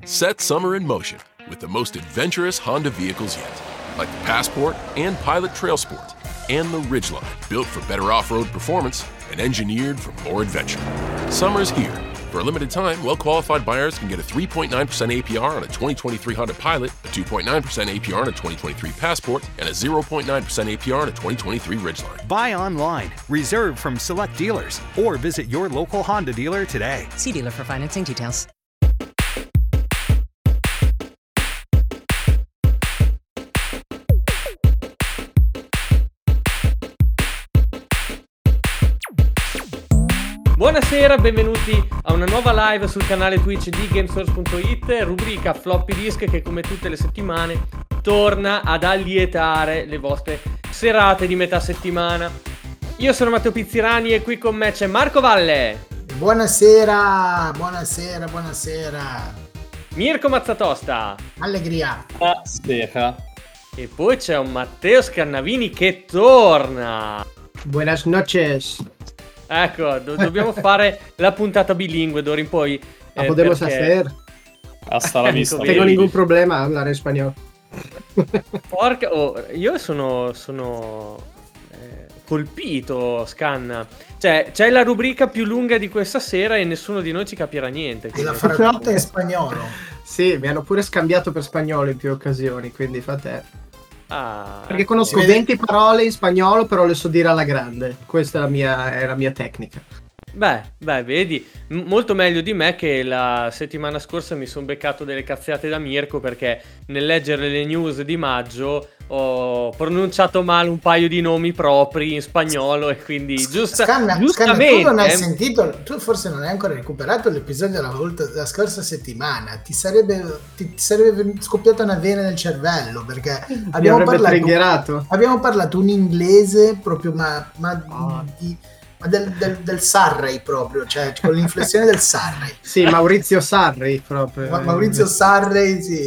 Set summer in motion with the most adventurous Honda vehicles yet, like the Passport and Pilot Trail Sport, and the Ridgeline, built for better off-road performance and engineered for more adventure. Summer's here. For a limited time, well-qualified buyers can get a 3.9% APR on a 2023 Honda Pilot, a 2.9% APR on a 2023 Passport, and a 0.9% APR on a 2023 Ridgeline. Buy online, reserve from select dealers, or visit your local Honda dealer today. See dealer for financing details. Buonasera, benvenuti a una nuova live sul canale Twitch di Gamesource.it, rubrica floppy disk che come tutte le settimane torna ad allietare le vostre serate di metà settimana. Io sono Matteo Pizzirani e qui con me c'è Marco Valle. Buonasera, buonasera, buonasera. Mirko Mazzatosta. Allegria. Buonasera. E poi c'è un Matteo Scannavini che torna. Buenas noches. Ecco, dobbiamo fare la puntata bilingue d'ora in poi. Podemos hacer. Hasta la vista. Non tengo ningún problema a parlare spagnolo. Porca, io sono colpito, Scanna. Cioè, c'è la rubrica più lunga di questa sera e nessuno di noi ci capirà niente. E la farò tutta in spagnolo. Sì, mi hanno pure scambiato per spagnolo in più occasioni, quindi fa te. Perché conosco ecco. 20 parole in spagnolo, però le so dire alla grande. Questa è la mia tecnica. Beh, vedi, molto meglio di me che la settimana scorsa mi sono beccato delle cazziate da Mirko perché nel leggere le news di maggio ho pronunciato male un paio di nomi propri in spagnolo e quindi giustamente Scanna, tu non hai sentito, tu forse non hai ancora recuperato l'episodio della scorsa settimana, ti sarebbe scoppiata una vena nel cervello perché abbiamo parlato un inglese proprio del Surrey proprio, cioè con l'inflessione del Surrey. Sì, Maurizio Sarri proprio. Maurizio Sarri, sì.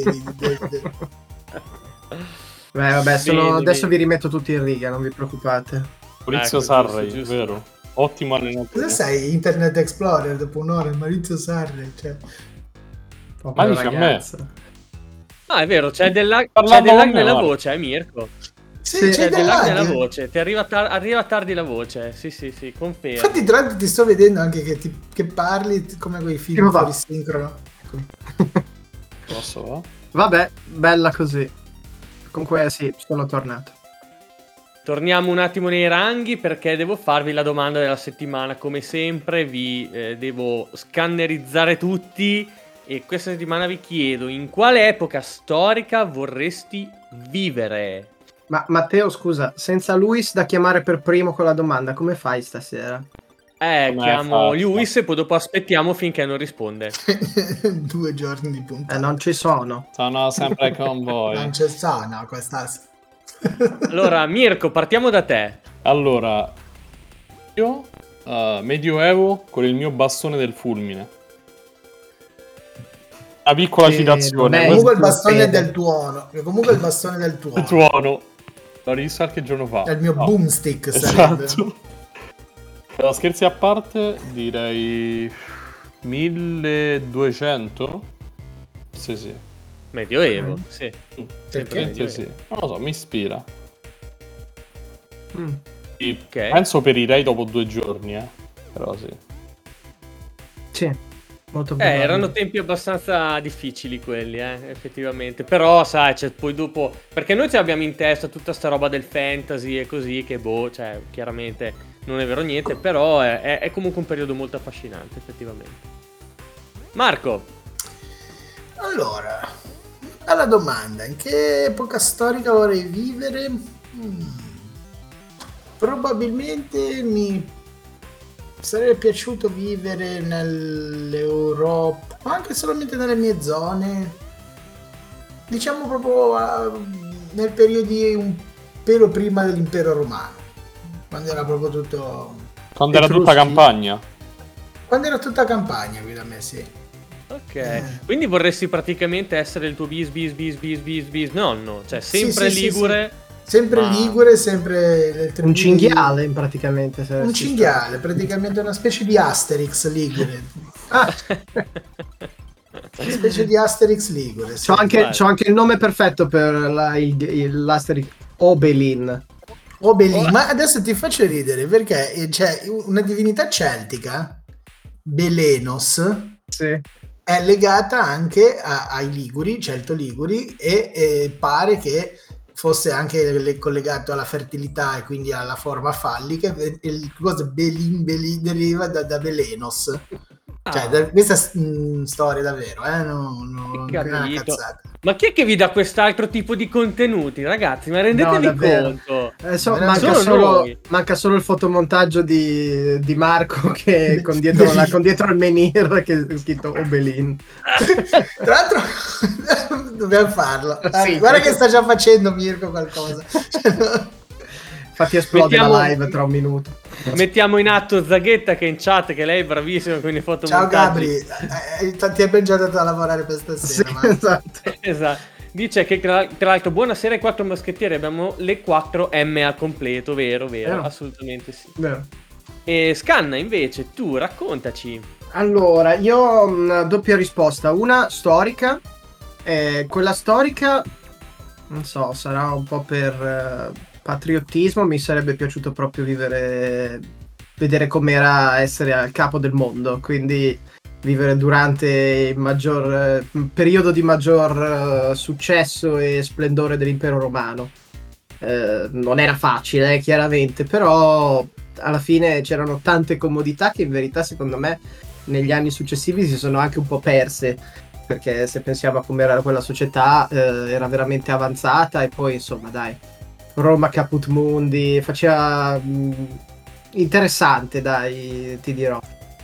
Beh, vabbè, Bene. adesso vi rimetto tutti in riga, non vi preoccupate. Maurizio Ecco, Sarri, giusto. vero? Ottimo allenatore. Cosa sei? Internet Explorer dopo un'ora, Maurizio Sarri, cioè. Ma dici a me? Ah, è vero, c'è del lag Parlavo con me, nella guarda. voce, Mirko. Sì, C'è del lag nella lag. voce, ti arriva tardi la voce. Sì, confermo. Infatti tra l'altro ti sto vedendo anche che parli come quei film va? fuori sincrono. Posso, va? Vabbè, bella così. Comunque sì, sono tornato. Torniamo un attimo nei ranghi perché devo farvi la domanda della settimana. Come sempre vi devo scannerizzare tutti e questa settimana vi chiedo in quale epoca storica vorresti vivere? Ma Matteo, scusa, senza Luis da chiamare per primo con la domanda, come fai stasera? Chiamo facile. Luis e poi dopo aspettiamo finché non risponde. 2 giorni di puntata. Non ci sono. Sono sempre con voi. Non c'è no, questa. Allora, Mirko, partiamo da te. Allora, io Medioevo con il mio bastone del fulmine. Una piccola citazione. vabbè, Comunque il questo bastone succede. del tuono. Comunque il bastone del tuono. Tuono. L'ho rivisto qualche giorno fa. È il mio No. boomstick sarebbe. Esatto. Però scherzi a parte, direi 1200? Sì. Medioevo, sì. Perché? Sì. Non lo so, mi ispira. Sì, Ok. penso perirei dopo 2 giorni, però sì. Sì, molto bene. Erano tempi abbastanza difficili quelli, effettivamente. Però, sai, cioè, poi dopo... Perché noi ci abbiamo in testa tutta sta roba del fantasy e così, che cioè, chiaramente non è vero niente, però è comunque un periodo molto affascinante, effettivamente. Marco, Allora, alla domanda, in che epoca storica vorrei vivere? Probabilmente mi sarebbe piaciuto vivere nell'Europa, ma anche solamente nelle mie zone, diciamo proprio nel periodo un pelo prima dell'impero romano, quando era proprio tutto... Quando era tutta Etruschi. campagna. Quando era tutta campagna, qui da me, sì. ok. Quindi vorresti praticamente essere il tuo bis nonno, cioè sempre Sì, ligure. Sempre Ma- ligure, sempre... Un cinghiale, praticamente. se Un si cinghiale, praticamente una specie di Asterix ligure. Una specie di Asterix Ligure. C'ho anche il nome perfetto per l'Asterix, Obelin. Ma adesso ti faccio ridere perché c'è una divinità celtica, Belenos, sì, è legata anche ai Liguri, Celto-Liguri, e pare che fosse anche collegato alla fertilità e quindi alla forma fallica. Il cosa Belin deriva da Belenos. Cioè, questa storia davvero, non è una cazzata. Ma chi è che vi dà quest'altro tipo di contenuti, ragazzi? Ma rendetevi conto? Manca solo il fotomontaggio di Marco che con dietro il menhir che è scritto Obelin. Tra l'altro dobbiamo farlo. Sì, guarda che sta già facendo Mirko qualcosa. Fatti esplodere la live tra un minuto. Mettiamo in atto Zaghetta che è in chat, che lei è bravissima con i fotomontaggi. Ciao Gabri, ti abbiamo già dato a lavorare per stasera. Sì, esatto. Dice che tra l'altro buonasera ai 4 moschettieri, abbiamo le 4 M al completo, vero, assolutamente sì. Vero. E Scanna invece, tu raccontaci. Allora, io ho una doppia risposta, una storica, quella storica, non so, sarà un po' per patriottismo, mi sarebbe piaciuto proprio vedere com'era essere al capo del mondo, quindi vivere durante il periodo di maggior successo e splendore dell'impero romano. Non era facile, chiaramente, però alla fine c'erano tante comodità che in verità secondo me negli anni successivi si sono anche un po' perse, perché se pensiamo a com'era quella società era veramente avanzata, e poi insomma dai, Roma Caput Mundi faceva interessante, dai, ti dirò.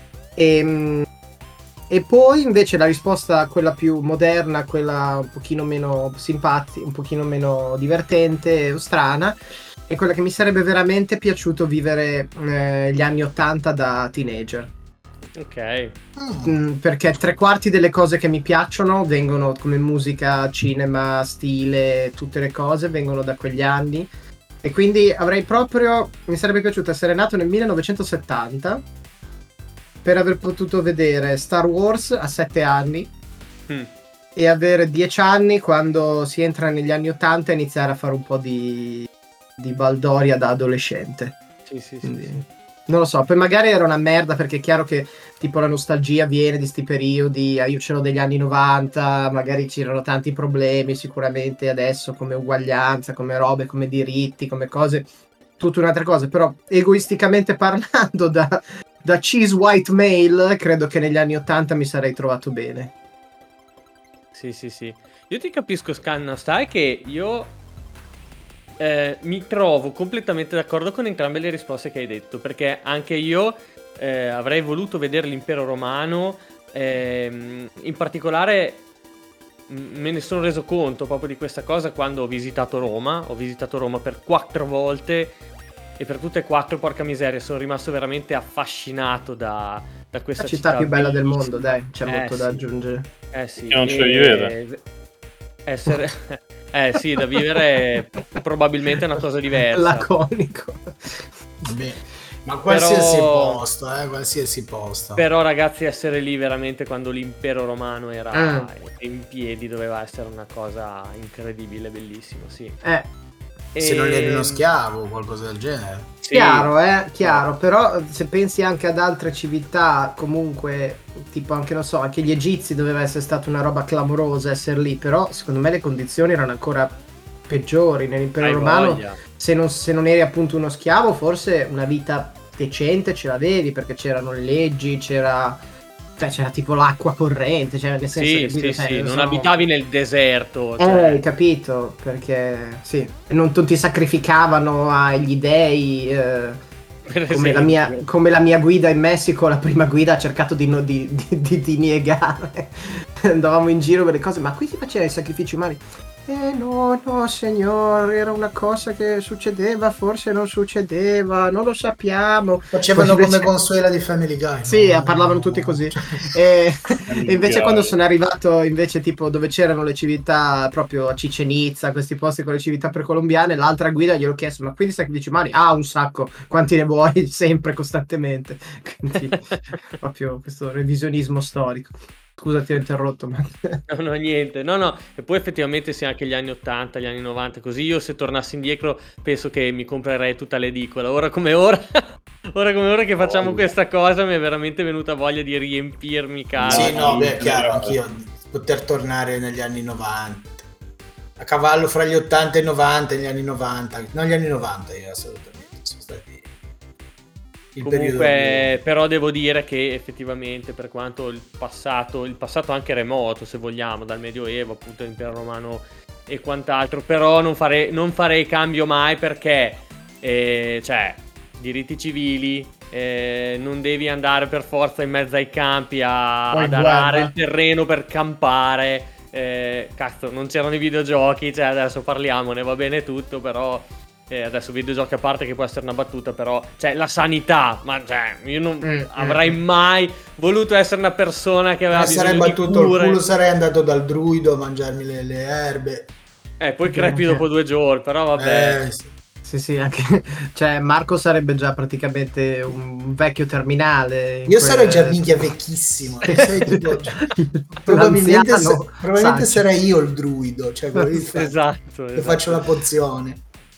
E poi invece la risposta, quella più moderna, quella un pochino meno simpatica, un pochino meno divertente o strana, è quella che mi sarebbe veramente piaciuto vivere gli anni 80 da teenager. Ok. Perché 3/4 delle cose che mi piacciono vengono, come musica, cinema, stile, tutte le cose vengono da quegli anni, e quindi mi sarebbe piaciuto essere nato nel 1970 per aver potuto vedere Star Wars a 7 anni e avere 10 anni quando si entra negli anni 80 e iniziare a fare un po' di baldoria da adolescente. Sì. Non lo so, poi magari era una merda, perché è chiaro che tipo la nostalgia viene di sti periodi, io ce l'ho degli anni 90, magari c'erano tanti problemi sicuramente adesso, come uguaglianza, come robe, come diritti, come cose, tutta un'altra cosa, però egoisticamente parlando da cheese white male, credo che negli anni 80 mi sarei trovato bene. Sì. Io ti capisco, Scanna, sai che io mi trovo completamente d'accordo con entrambe le risposte che hai detto, perché anche io avrei voluto vedere l'impero romano, in particolare me ne sono reso conto proprio di questa cosa quando ho visitato Roma per 4 volte, e per tutte e 4, porca miseria, sono rimasto veramente affascinato da questa città. La città più bella del mondo, dai, c'è molto da aggiungere. Sì. Che non ce li vede. Essere sì, da vivere probabilmente è una cosa diversa. Laconico. Vabbè, ma qualsiasi posto. Però ragazzi, essere lì veramente quando l'impero romano era in piedi doveva essere una cosa incredibile, bellissima, sì. Se non eri uno schiavo o qualcosa del genere. Sì. Chiaro, però se pensi anche ad altre civiltà, comunque, tipo anche, non so, anche gli egizi doveva essere stata una roba clamorosa essere lì, però secondo me le condizioni erano ancora peggiori nell'impero romano. Se non eri appunto uno schiavo, forse una vita decente ce l'avevi, perché c'erano le leggi, c'era tipo l'acqua corrente, cioè nel senso sì, non abitavi nel deserto, hai capito, perché sì, non ti sacrificavano agli dei, come la mia guida in Messico, la prima guida ha cercato di negare. Andavamo in giro per le cose, ma qui si faceva i sacrifici umani? No signor, era una cosa che succedeva, forse non succedeva, non lo sappiamo. Facevano come Consuela di Family Guy. Sì, parlavano tutti così. E invece quando sono arrivato invece tipo dove c'erano le civiltà proprio a Chichen Itza, questi posti con le civiltà precolombiane, l'altra guida gliel'ho chiesto: ma quindi sacrifici umani? Un sacco, quanti ne vuoi? Sempre, costantemente. Quindi proprio questo revisionismo storico. Scusa, ti ho interrotto. Ma... No, niente. No. E poi effettivamente sì, anche gli anni 80, gli anni 90, così io se tornassi indietro penso che mi comprerei tutta l'edicola. Ora come ora, che facciamo questa cosa, mi è veramente venuta voglia di riempirmi casa. Sì, no, beh, chiaro, anch'io poter tornare negli anni 90. A cavallo fra gli 80 e i 90, negli anni 90. No, gli anni 90 io assolutamente sono stati il Comunque, periodo. però devo dire che effettivamente per quanto il passato anche remoto, se vogliamo, dal Medioevo, appunto l'Impero Romano e quant'altro, però non farei cambio mai perché, cioè, diritti civili, non devi andare per forza in mezzo ai campi ad arare il terreno per campare. Cazzo, non c'erano i videogiochi, cioè adesso parliamone, va bene tutto, però adesso videogiochi a parte che può essere una battuta, però cioè la sanità, ma cioè io non avrei mai voluto essere una persona che aveva bisogno di cure. Sarei battuto il culo, sarei andato dal druido a mangiarmi le erbe. Poi crepi dopo 2 giorni, però vabbè. Sì, anche cioè Marco sarebbe già praticamente un vecchio terminale. Io sarei già minchia vecchissimo. Tipo, probabilmente sarei io il druido, cioè esatto. Che faccio la pozione.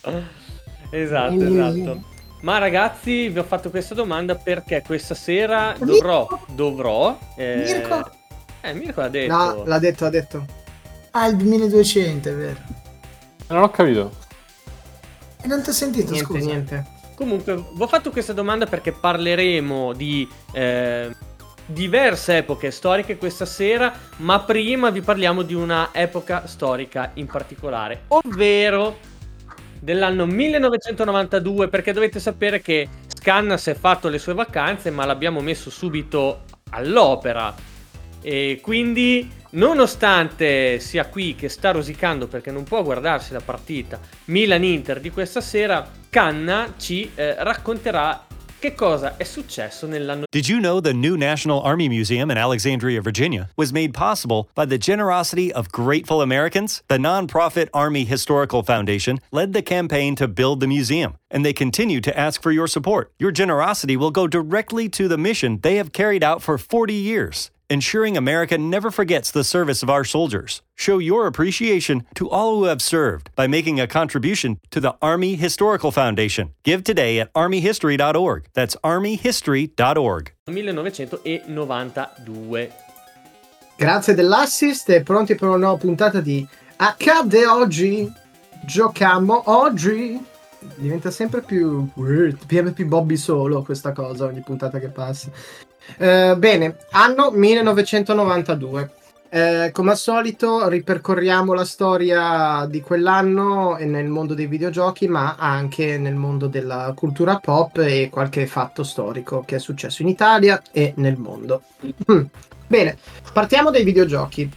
Esatto. Ma ragazzi, vi ho fatto questa domanda perché questa sera dovrò Mirko? Mirko l'ha detto. No, l'ha detto. Il 1200, è vero. Non ho capito. E non ti ho sentito, scusa. Niente. Comunque, vi ho fatto questa domanda perché parleremo di diverse epoche storiche questa sera, ma prima vi parliamo di una epoca storica in particolare, ovvero dell'anno 1992, perché dovete sapere che Scanna si è fatto le sue vacanze, ma l'abbiamo messo subito all'opera. E quindi, nonostante sia qui che sta rosicando perché non può guardarsi la partita Milan-Inter di questa sera, Canna ci racconterà che cosa è successo nell'anno. Did you know the new National Army Museum in Alexandria, Virginia, was made possible by the generosity of grateful Americans? The nonprofit Army Historical Foundation led the campaign to build the museum, and they continue to ask for your support. Your generosity will go directly to the mission they have carried out for 40 years. Ensuring America never forgets the service of our soldiers. Show your appreciation to all who have served by making a contribution to the Army Historical Foundation. Give today at armyhistory.org. That's armyhistory.org. 1992. Grazie dell'assist e pronti per una nuova puntata di Accade oggi. Giochiamo oggi. Diventa sempre più Bobby solo questa cosa ogni puntata che passa. Bene, anno 1992. Come al solito ripercorriamo la storia di quell'anno nel mondo dei videogiochi, ma anche nel mondo della cultura pop e qualche fatto storico che è successo in Italia e nel mondo. Bene, partiamo dai videogiochi.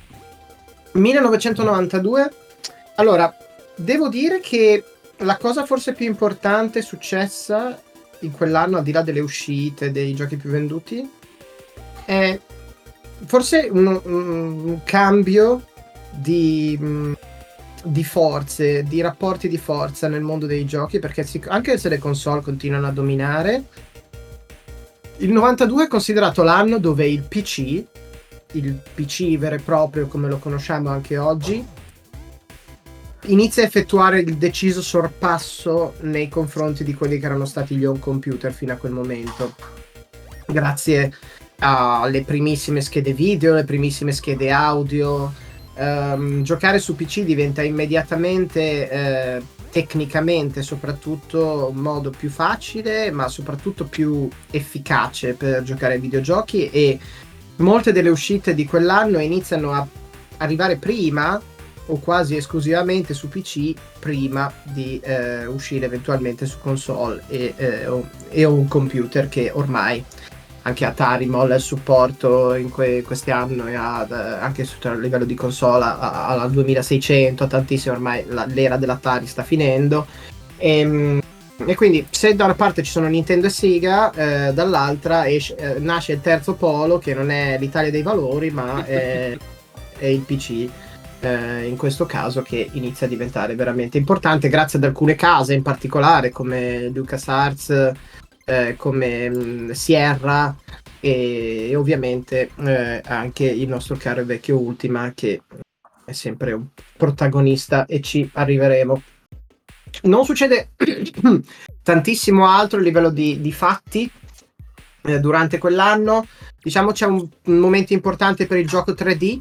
1992. Allora, devo dire che la cosa forse più importante successa in quell'anno, al di là delle uscite, dei giochi più venduti, è forse un cambio di forze, di rapporti di forza nel mondo dei giochi, perché anche se le console continuano a dominare, il 92 è considerato l'anno dove il PC vero e proprio come lo conosciamo anche oggi, inizia a effettuare il deciso sorpasso nei confronti di quelli che erano stati gli home computer fino a quel momento, grazie alle primissime schede video, le primissime schede audio. Giocare su PC diventa immediatamente tecnicamente soprattutto un modo più facile, ma soprattutto più efficace per giocare ai videogiochi, e molte delle uscite di quell'anno iniziano a arrivare prima o quasi esclusivamente su PC prima di uscire eventualmente su console e un computer, che ormai anche Atari molla il supporto in questi anni, anche a livello di console alla 2600, tantissimo, ormai l'era dell'Atari sta finendo, e quindi se da una parte ci sono Nintendo e Sega, dall'altra nasce il terzo polo, che non è l'Italia dei valori, ma è il PC. In questo caso, che inizia a diventare veramente importante grazie ad alcune case in particolare come LucasArts, come Sierra e ovviamente anche il nostro caro e vecchio Ultima, che è sempre un protagonista, e ci arriveremo. Non succede tantissimo altro a livello di fatti durante quell'anno. Diciamo c'è un momento importante per il gioco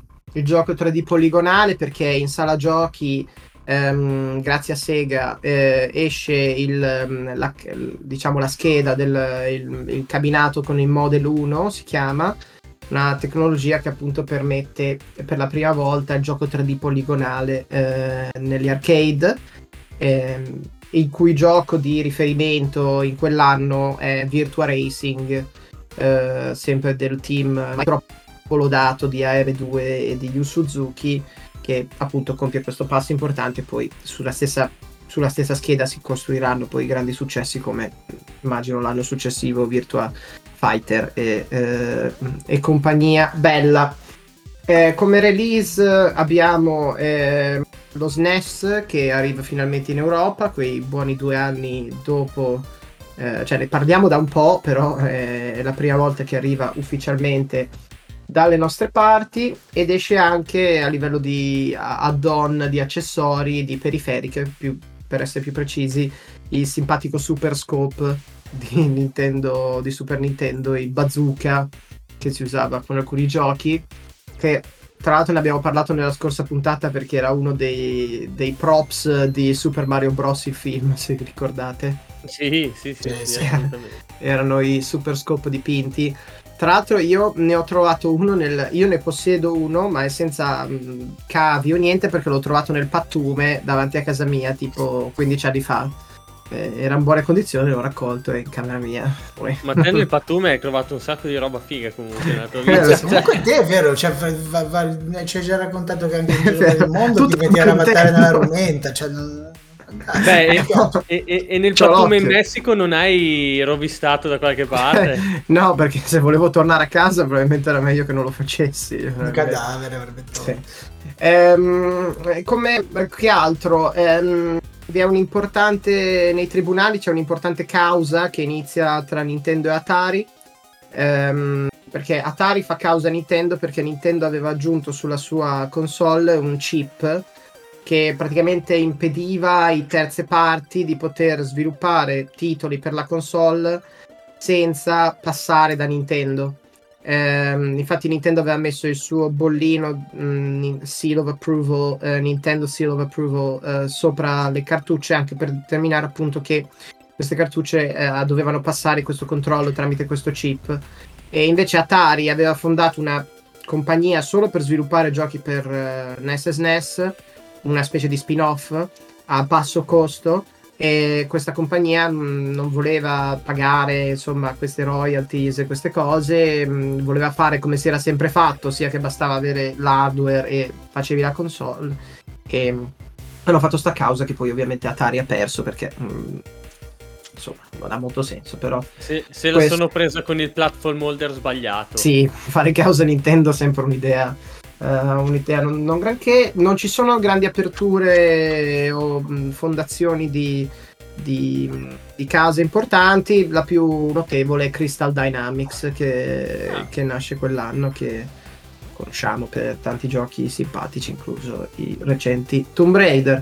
3D poligonale, perché in sala giochi grazie a Sega esce la scheda il cabinato con il Model 1, si chiama, una tecnologia che appunto permette per la prima volta il gioco 3D poligonale negli arcade, il cui gioco di riferimento in quell'anno è Virtua Racing, sempre del team troppo lodato di AR2 e di Yu Suzuki, che appunto compie questo passo importante. Poi sulla stessa scheda si costruiranno poi grandi successi come immagino l'anno successivo Virtua Fighter e compagnia bella. Come release abbiamo lo SNES che arriva finalmente in Europa, quei buoni 2 anni dopo, cioè ne parliamo da un po', però è la prima volta che arriva ufficialmente dalle nostre parti, ed esce anche a livello di add-on, di accessori, di periferiche, per essere più precisi, il simpatico Super Scope di Super Nintendo, il bazooka che si usava con alcuni giochi, che tra l'altro ne abbiamo parlato nella scorsa puntata perché era uno dei props di Super Mario Bros. Il film, se vi ricordate. Sì. Erano i Super Scope dipinti. Tra l'altro io ne ho trovato uno io ne possiedo uno, ma è senza cavi o niente, perché l'ho trovato nel pattume davanti a casa mia tipo 15 anni fa. Era in buone condizioni, l'ho raccolto in camera mia. Ma te nel pattume hai trovato un sacco di roba figa comunque. Comunque te è vero, ci hai già raccontato che anche in giro del mondo ti metti a ravattare nella rumenta, cioè... Beh, e nel pattume in Messico non hai rovistato da qualche parte? No, perché se volevo tornare a casa probabilmente era meglio che non lo facessi. Un cadavere avrebbe trovato. Sì. Come che altro? Vi è un importante, nei tribunali c'è un'importante causa che inizia tra Nintendo e Atari, perché Atari fa causa a Nintendo perché Nintendo aveva aggiunto sulla sua console un chip che praticamente impediva ai terze parti di poter sviluppare titoli per la console senza passare da Nintendo. Infatti Nintendo aveva messo il suo bollino Seal of Approval, Nintendo Seal of Approval sopra le cartucce, anche per determinare appunto che queste cartucce dovevano passare questo controllo tramite questo chip. E invece Atari aveva fondato una compagnia solo per sviluppare giochi per NES e SNES, una specie di spin-off a basso costo, e questa compagnia non voleva pagare insomma queste royalties e queste cose, voleva fare come si era sempre fatto, sia che bastava avere l'hardware e facevi la console, e hanno fatto sta causa che poi ovviamente Atari ha perso perché insomma non ha molto senso, però se la sono presa con il platform holder sbagliato. Sì, fare causa Nintendo è sempre un'idea non granché. Non ci sono grandi aperture o fondazioni di case importanti. La più notevole è Crystal Dynamics che nasce quell'anno, che conosciamo per tanti giochi simpatici, incluso i recenti Tomb Raider.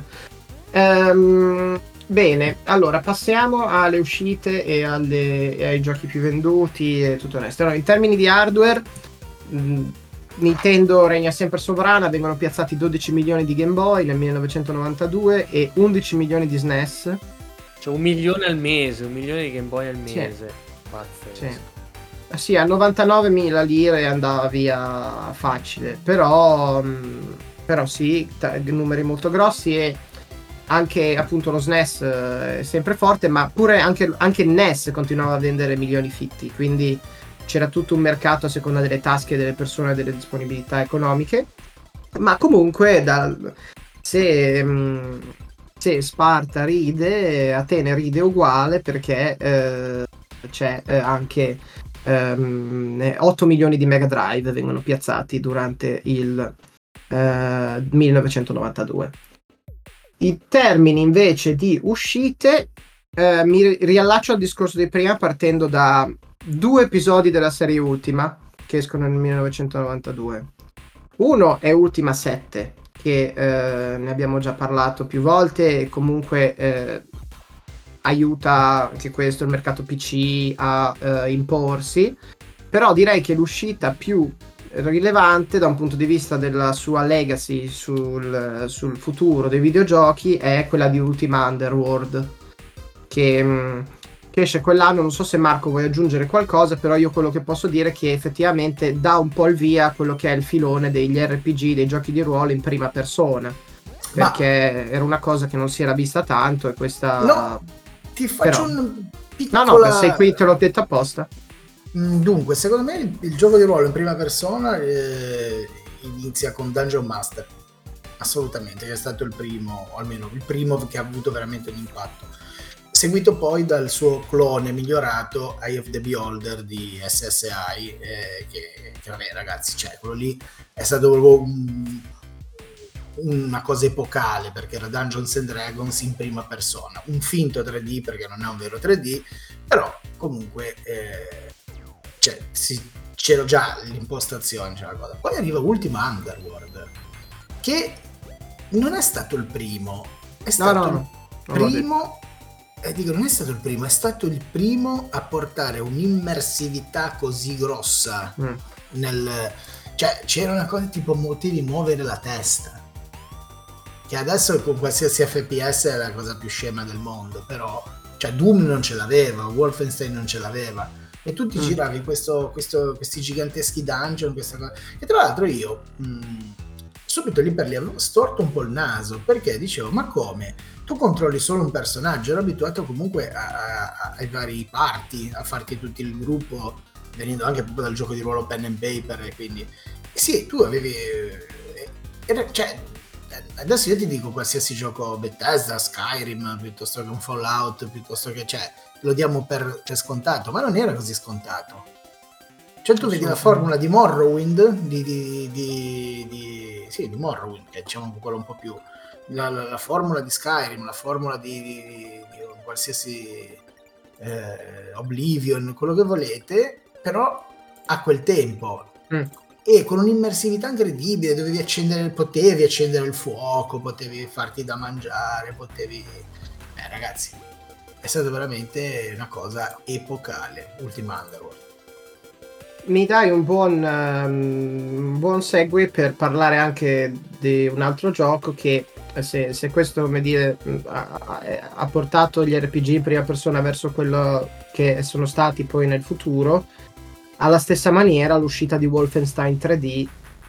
Bene, allora passiamo alle uscite e ai giochi più venduti e tutto il resto. Allora, in termini di hardware, Nintendo regna sempre sovrana, vengono piazzati 12 milioni di Game Boy nel 1992 e 11 milioni di SNES. Cioè 1 milione al mese, 1 milione di Game Boy al mese. Sì. Sì, a 99.000 lire andava via facile, però sì, numeri molto grossi, e anche appunto lo SNES è sempre forte, ma pure anche il NES continuava a vendere milioni fitti, quindi c'era tutto un mercato a seconda delle tasche delle persone e delle disponibilità economiche. Ma comunque se Sparta ride, Atene ride uguale, perché c'è anche 8 milioni di Mega Drive vengono piazzati durante il 1992. I termini invece di uscite mi riallaccio al discorso di prima partendo da 2 episodi della serie Ultima che escono nel 1992. Uno è Ultima 7, che ne abbiamo già parlato più volte e comunque aiuta anche questo il mercato PC a imporsi, però direi che l'uscita più rilevante da un punto di vista della sua legacy sul futuro dei videogiochi è quella di Ultima Underworld, che esce quell'anno. Non so se Marco vuoi aggiungere qualcosa, però io quello che posso dire è che effettivamente dà un po' il via a quello che è il filone degli RPG, dei giochi di ruolo in prima persona, perché era una cosa che non si era vista tanto, e questa... No, ti faccio un piccola... No, sei qui, te l'ho detto apposta. Dunque, secondo me il gioco di ruolo in prima persona inizia con Dungeon Master, assolutamente, che è stato il primo, o almeno il primo che ha avuto veramente un impatto, seguito poi dal suo clone migliorato Eye of the Beholder di SSI, che vabbè ragazzi, cioè quello lì è stato proprio una cosa epocale, perché era Dungeons and Dragons in prima persona, un finto 3D perché non è un vero 3D, però comunque cioè, c'era già l'impostazione, c'era la cosa. Poi arriva Ultima Underworld, che non è stato il primo, è stato il primo, dico, non è stato il primo, è stato il primo a portare un'immersività così grossa cioè c'era una cosa tipo potevi muovere la testa, che adesso con qualsiasi FPS è la cosa più scema del mondo, però cioè Doom non ce l'aveva, Wolfenstein non ce l'aveva, e tu ti giravi questi giganteschi dungeon, questa cosa, e tra l'altro io subito lì per lì avevo storto un po' il naso, perché dicevo, ma come? Tu controlli solo un personaggio, ero abituato comunque ai vari party, a farti tutto il gruppo, venendo anche proprio dal gioco di ruolo pen and paper, e quindi sì, tu avevi cioè adesso io ti dico qualsiasi gioco Bethesda, Skyrim, piuttosto che un Fallout, piuttosto che, cioè, lo diamo per scontato, ma non era così scontato. Cioè tu vedi la formula di Morrowind, di Morrowind, che diciamo quello un po' più, la formula di Skyrim, la formula di qualsiasi Oblivion, quello che volete, però a quel tempo. E con un'immersività incredibile, potevi accendere il fuoco, potevi farti da mangiare, ragazzi, è stato veramente una cosa epocale, Ultima Underworld. Mi dai un buon segue per parlare anche di un altro gioco che, se questo, come dire, ha portato gli RPG in prima persona verso quello che sono stati poi nel futuro. Alla stessa maniera l'uscita di Wolfenstein 3D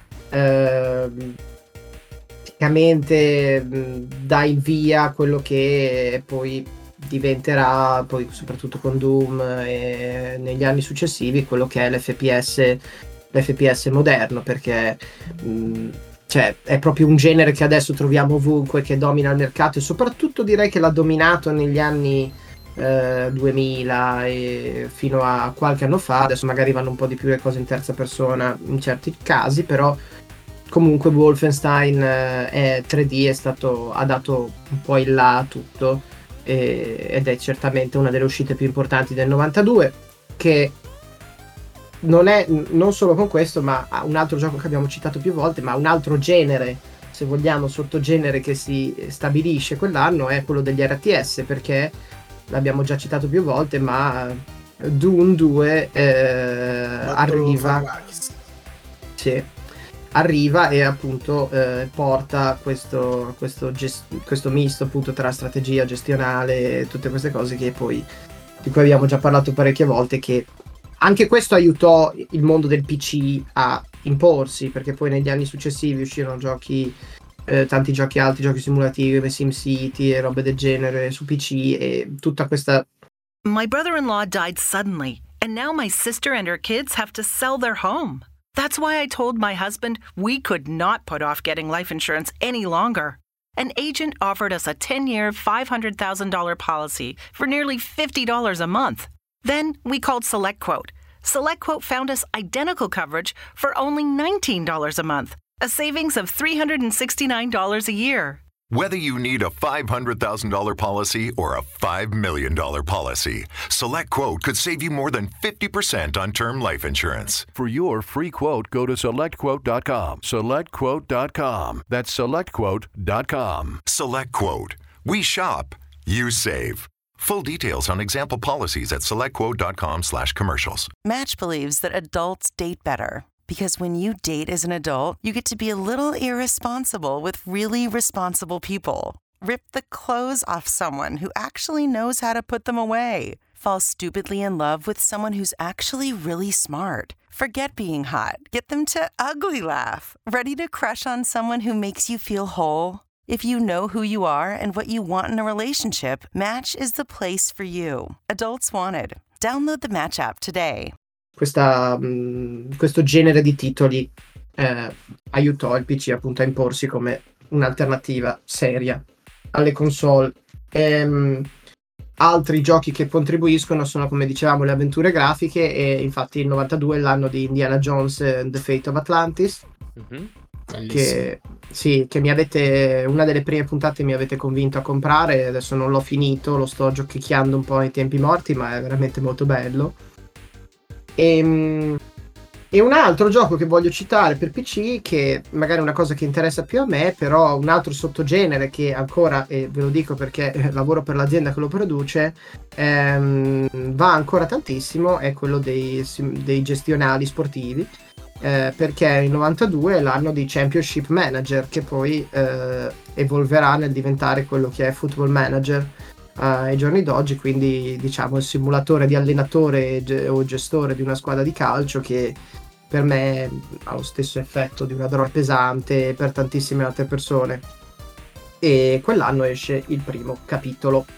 praticamente dà il via a quello che poi diventerà, poi soprattutto con Doom e negli anni successivi, quello che è l'FPS moderno, perché cioè, è proprio un genere che adesso troviamo ovunque, che domina il mercato, e soprattutto direi che l'ha dominato negli anni 2000 e fino a qualche anno fa. Adesso magari vanno un po' di più le cose in terza persona in certi casi, però comunque Wolfenstein 3D ha dato un po' il là a tutto, ed è certamente una delle uscite più importanti del 92, che non solo con questo, ma un altro gioco che abbiamo citato più volte, ma un altro genere, se vogliamo, sottogenere che si stabilisce quell'anno è quello degli RTS, perché l'abbiamo già citato più volte, ma Doom 2 arriva e appunto porta questo misto appunto tra strategia gestionale e tutte queste cose di cui abbiamo già parlato parecchie volte, che anche questo aiutò il mondo del PC a imporsi, perché poi negli anni successivi uscirono tanti giochi altri, giochi simulativi come SimCity e robe del genere su PC, e tutta questa... My brother-in-law died suddenly, and now my sister and her kids have to sell their home. That's why I told my husband we could not put off getting life insurance any longer. An agent offered us a 10-year, $500,000 policy for nearly $50 a month. Then we called SelectQuote. SelectQuote found us identical coverage for only $19 a month. A savings of $369 a year. Whether you need a $500,000 policy or a $5 million policy, SelectQuote could save you more than 50% on term life insurance. For your free quote, go to SelectQuote.com. SelectQuote.com. That's SelectQuote.com. SelectQuote. We shop, you save. Full details on example policies at SelectQuote.com/commercials. Match believes that adults date better. Because when you date as an adult, you get to be a little irresponsible with really responsible people. Rip the clothes off someone who actually knows how to put them away. Fall stupidly in love with someone who's actually really smart. Forget being hot. Get them to ugly laugh. Ready to crush on someone who makes you feel whole? If you know who you are and what you want in a relationship, Match is the place for you. Adults wanted. Download the Match app today. Questo genere di titoli aiutò il PC appunto a imporsi come un'alternativa seria alle console. Altri giochi che contribuiscono sono, come dicevamo, le avventure grafiche, e infatti il 92 è l'anno di Indiana Jones and the Fate of Atlantis. Che mi avete, una delle prime puntate mi avete convinto a comprare. Adesso non l'ho finito, lo sto giochicchiando un po' ai tempi morti, ma è veramente molto bello. E un altro gioco che voglio citare per PC, che magari è una cosa che interessa più a me, però un altro sottogenere che ancora, e ve lo dico perché lavoro per l'azienda che lo produce, va ancora tantissimo, è quello dei gestionali sportivi, perché il 92 è l'anno di Championship Manager, che poi evolverà nel diventare quello che è Football Manager ai giorni d'oggi, quindi diciamo il simulatore di allenatore o gestore di una squadra di calcio, che per me ha lo stesso effetto di una droga pesante per tantissime altre persone. E quell'anno esce il primo capitolo.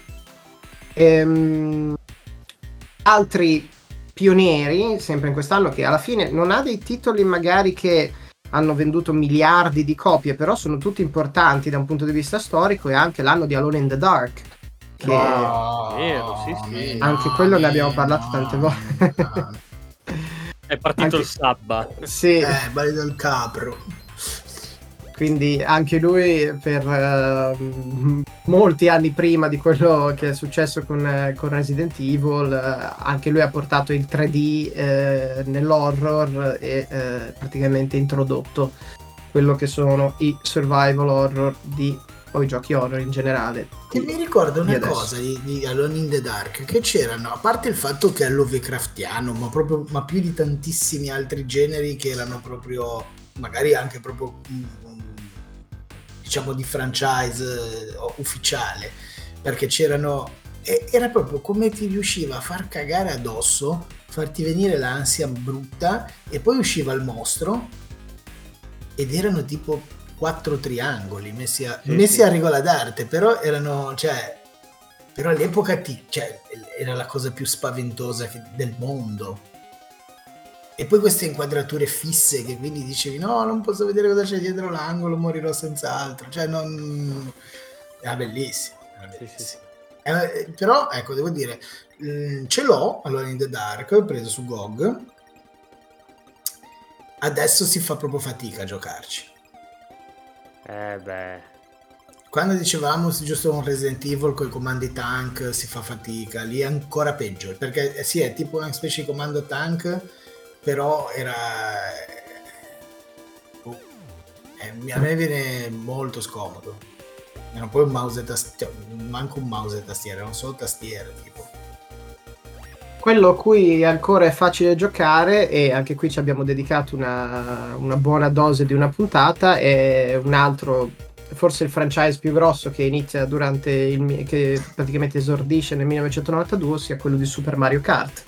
Altri pionieri sempre in quest'anno, che alla fine non ha dei titoli magari che hanno venduto miliardi di copie, però sono tutti importanti da un punto di vista storico, è anche l'anno di Alone in the Dark, che vero, sì. Anche quello ne abbiamo parlato tante volte. È partito il sabba. Sì. Balli del capro. Quindi anche lui per molti anni prima di quello che è successo con Resident Evil, anche lui ha portato il 3D nell'horror e praticamente introdotto quello che sono i survival horror o i giochi horror in generale. Ti mi ricordo una cosa di Alone in the Dark, che c'erano, a parte il fatto che è Lovecraftiano, ma più di tantissimi altri generi che erano proprio, magari anche proprio diciamo di franchise ufficiale, perché c'erano, era proprio come ti riusciva a far cagare addosso, farti venire l'ansia brutta, e poi usciva il mostro ed erano tipo 4 triangoli messi a regola d'arte, però erano, però all'epoca era la cosa più spaventosa del mondo. E poi queste inquadrature fisse che quindi dicevi no, non posso vedere cosa c'è dietro l'angolo, morirò senz'altro, era bellissimo, Sì. Però ecco, devo dire, ce l'ho allora in the Dark, ho preso su GOG, adesso si fa proprio fatica a giocarci. Quando dicevamo giusto un Resident Evil con i comandi tank si fa fatica, lì è ancora peggio, perché sì, è tipo una specie di comando tank, però a me viene molto scomodo. Era poi un mouse e tastiera, manco un mouse e tastiera, non solo tastiera tipo. Quello a cui ancora è facile giocare, e anche qui ci abbiamo dedicato una buona dose di una puntata, è un altro, forse il franchise più grosso che inizia che praticamente esordisce nel 1992, ossia quello di Super Mario Kart.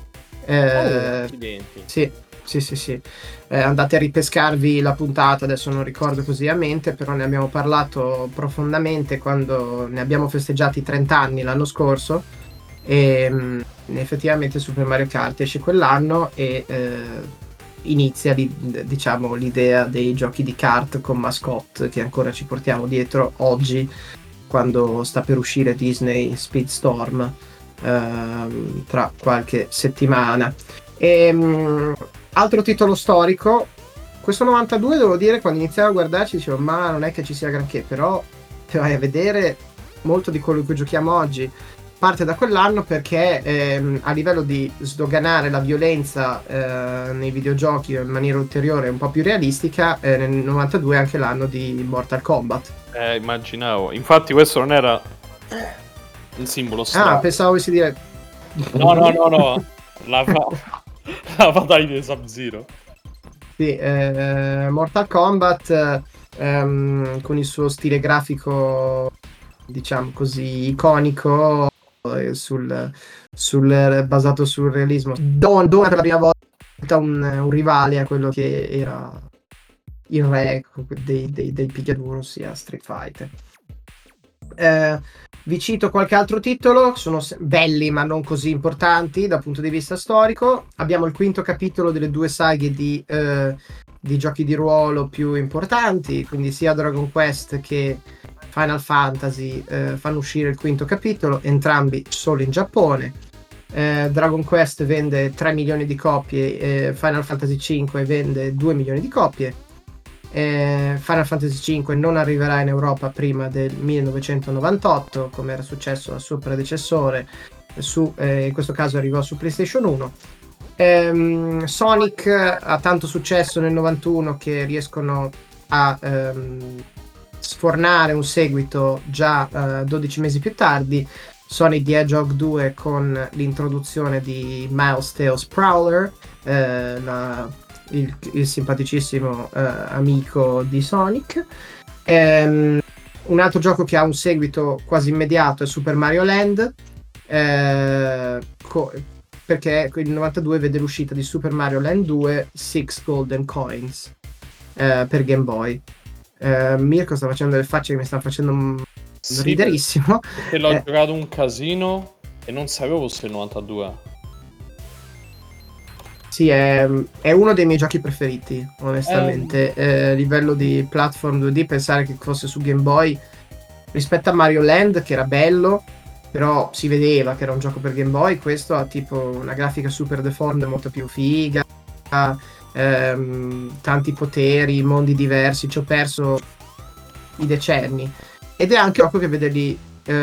Sì. Andate a ripescarvi la puntata, adesso non ricordo così a mente, però ne abbiamo parlato profondamente quando ne abbiamo festeggiati i 30 anni l'anno scorso, e effettivamente Super Mario Kart esce quell'anno e inizia diciamo l'idea dei giochi di kart con mascotte che ancora ci portiamo dietro oggi, quando sta per uscire Disney Speedstorm tra qualche settimana. Altro titolo storico, questo 92, devo dire, quando iniziavo a guardarci dicevo ma non è che ci sia granché, però te vai a vedere, molto di quello che giochiamo oggi parte da quell'anno, perché a livello di sdoganare la violenza nei videogiochi in maniera ulteriore, un po' più realistica, nel 92 è anche l'anno di Mortal Kombat. Immaginavo. Infatti questo non era il simbolo strano. Pensavo volessi dire... No. La battaglia di Sub-Zero. Sì, Mortal Kombat con il suo stile grafico, diciamo così, iconico, basato sul realismo. Dona per la prima volta un rivale a quello che era il re dei picchiaduro, ossia Street Fighter. Vi cito qualche altro titolo, sono belli ma non così importanti dal punto di vista storico. Abbiamo il quinto capitolo delle due saghe di giochi di ruolo più importanti, quindi sia Dragon Quest che Final Fantasy fanno uscire il quinto capitolo, entrambi solo in Giappone. Dragon Quest vende 3 milioni di copie, Final Fantasy 5 vende 2 milioni di copie. Final Fantasy 5 non arriverà in Europa prima del 1998, come era successo al suo predecessore, in questo caso arrivò su PlayStation 1. Sonic ha tanto successo nel 91 che riescono a sfornare un seguito già 12 mesi più tardi, Sonic the Hedgehog 2, con l'introduzione di Miles Tails Prowler, il simpaticissimo amico di Sonic. Un altro gioco che ha un seguito quasi immediato è Super Mario Land, perché il 92 vede l'uscita di Super Mario Land 2 Six Golden Coins per Game Boy. Mirko sta facendo delle facce che mi stanno facendo riderissimo, perché l'ho giocato un casino e non sapevo fosse il 92. Sì, è uno dei miei giochi preferiti, onestamente. A livello di platform 2D, pensare che fosse su Game Boy rispetto a Mario Land, che era bello, però si vedeva che era un gioco per Game Boy, questo ha tipo una grafica super deformed, molto più figa, tanti poteri, mondi diversi, ci ho perso i decenni. Ed è anche un gioco che vede lì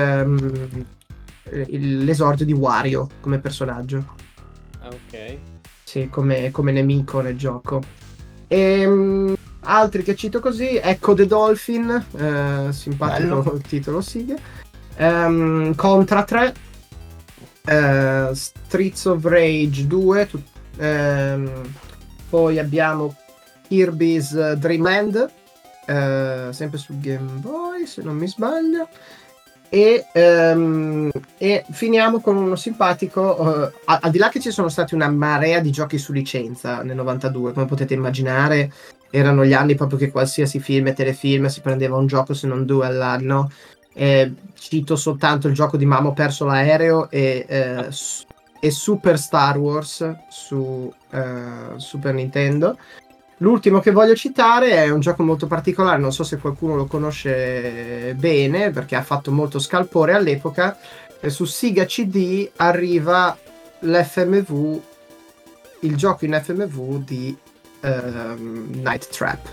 l'esordio di Wario come personaggio. Ok. Sì, come nemico nel gioco. Altri che cito così, Echo the Dolphin, simpatico bello. Il titolo, sì. Contra 3, Streets of Rage 2, poi abbiamo Kirby's Dream Land, sempre su Game Boy se non mi sbaglio. E finiamo con uno simpatico, al di là che ci sono stati una marea di giochi su licenza nel 92, come potete immaginare erano gli anni proprio che qualsiasi film e telefilm si prendeva un gioco se non due all'anno. Cito soltanto il gioco di Mamma ho perso l'aereo e Super Star Wars su Super Nintendo. L'ultimo che voglio citare è un gioco molto particolare, non so se qualcuno lo conosce bene perché ha fatto molto scalpore all'epoca. Su Sega CD arriva l'FMV, il gioco in FMV di Night Trap.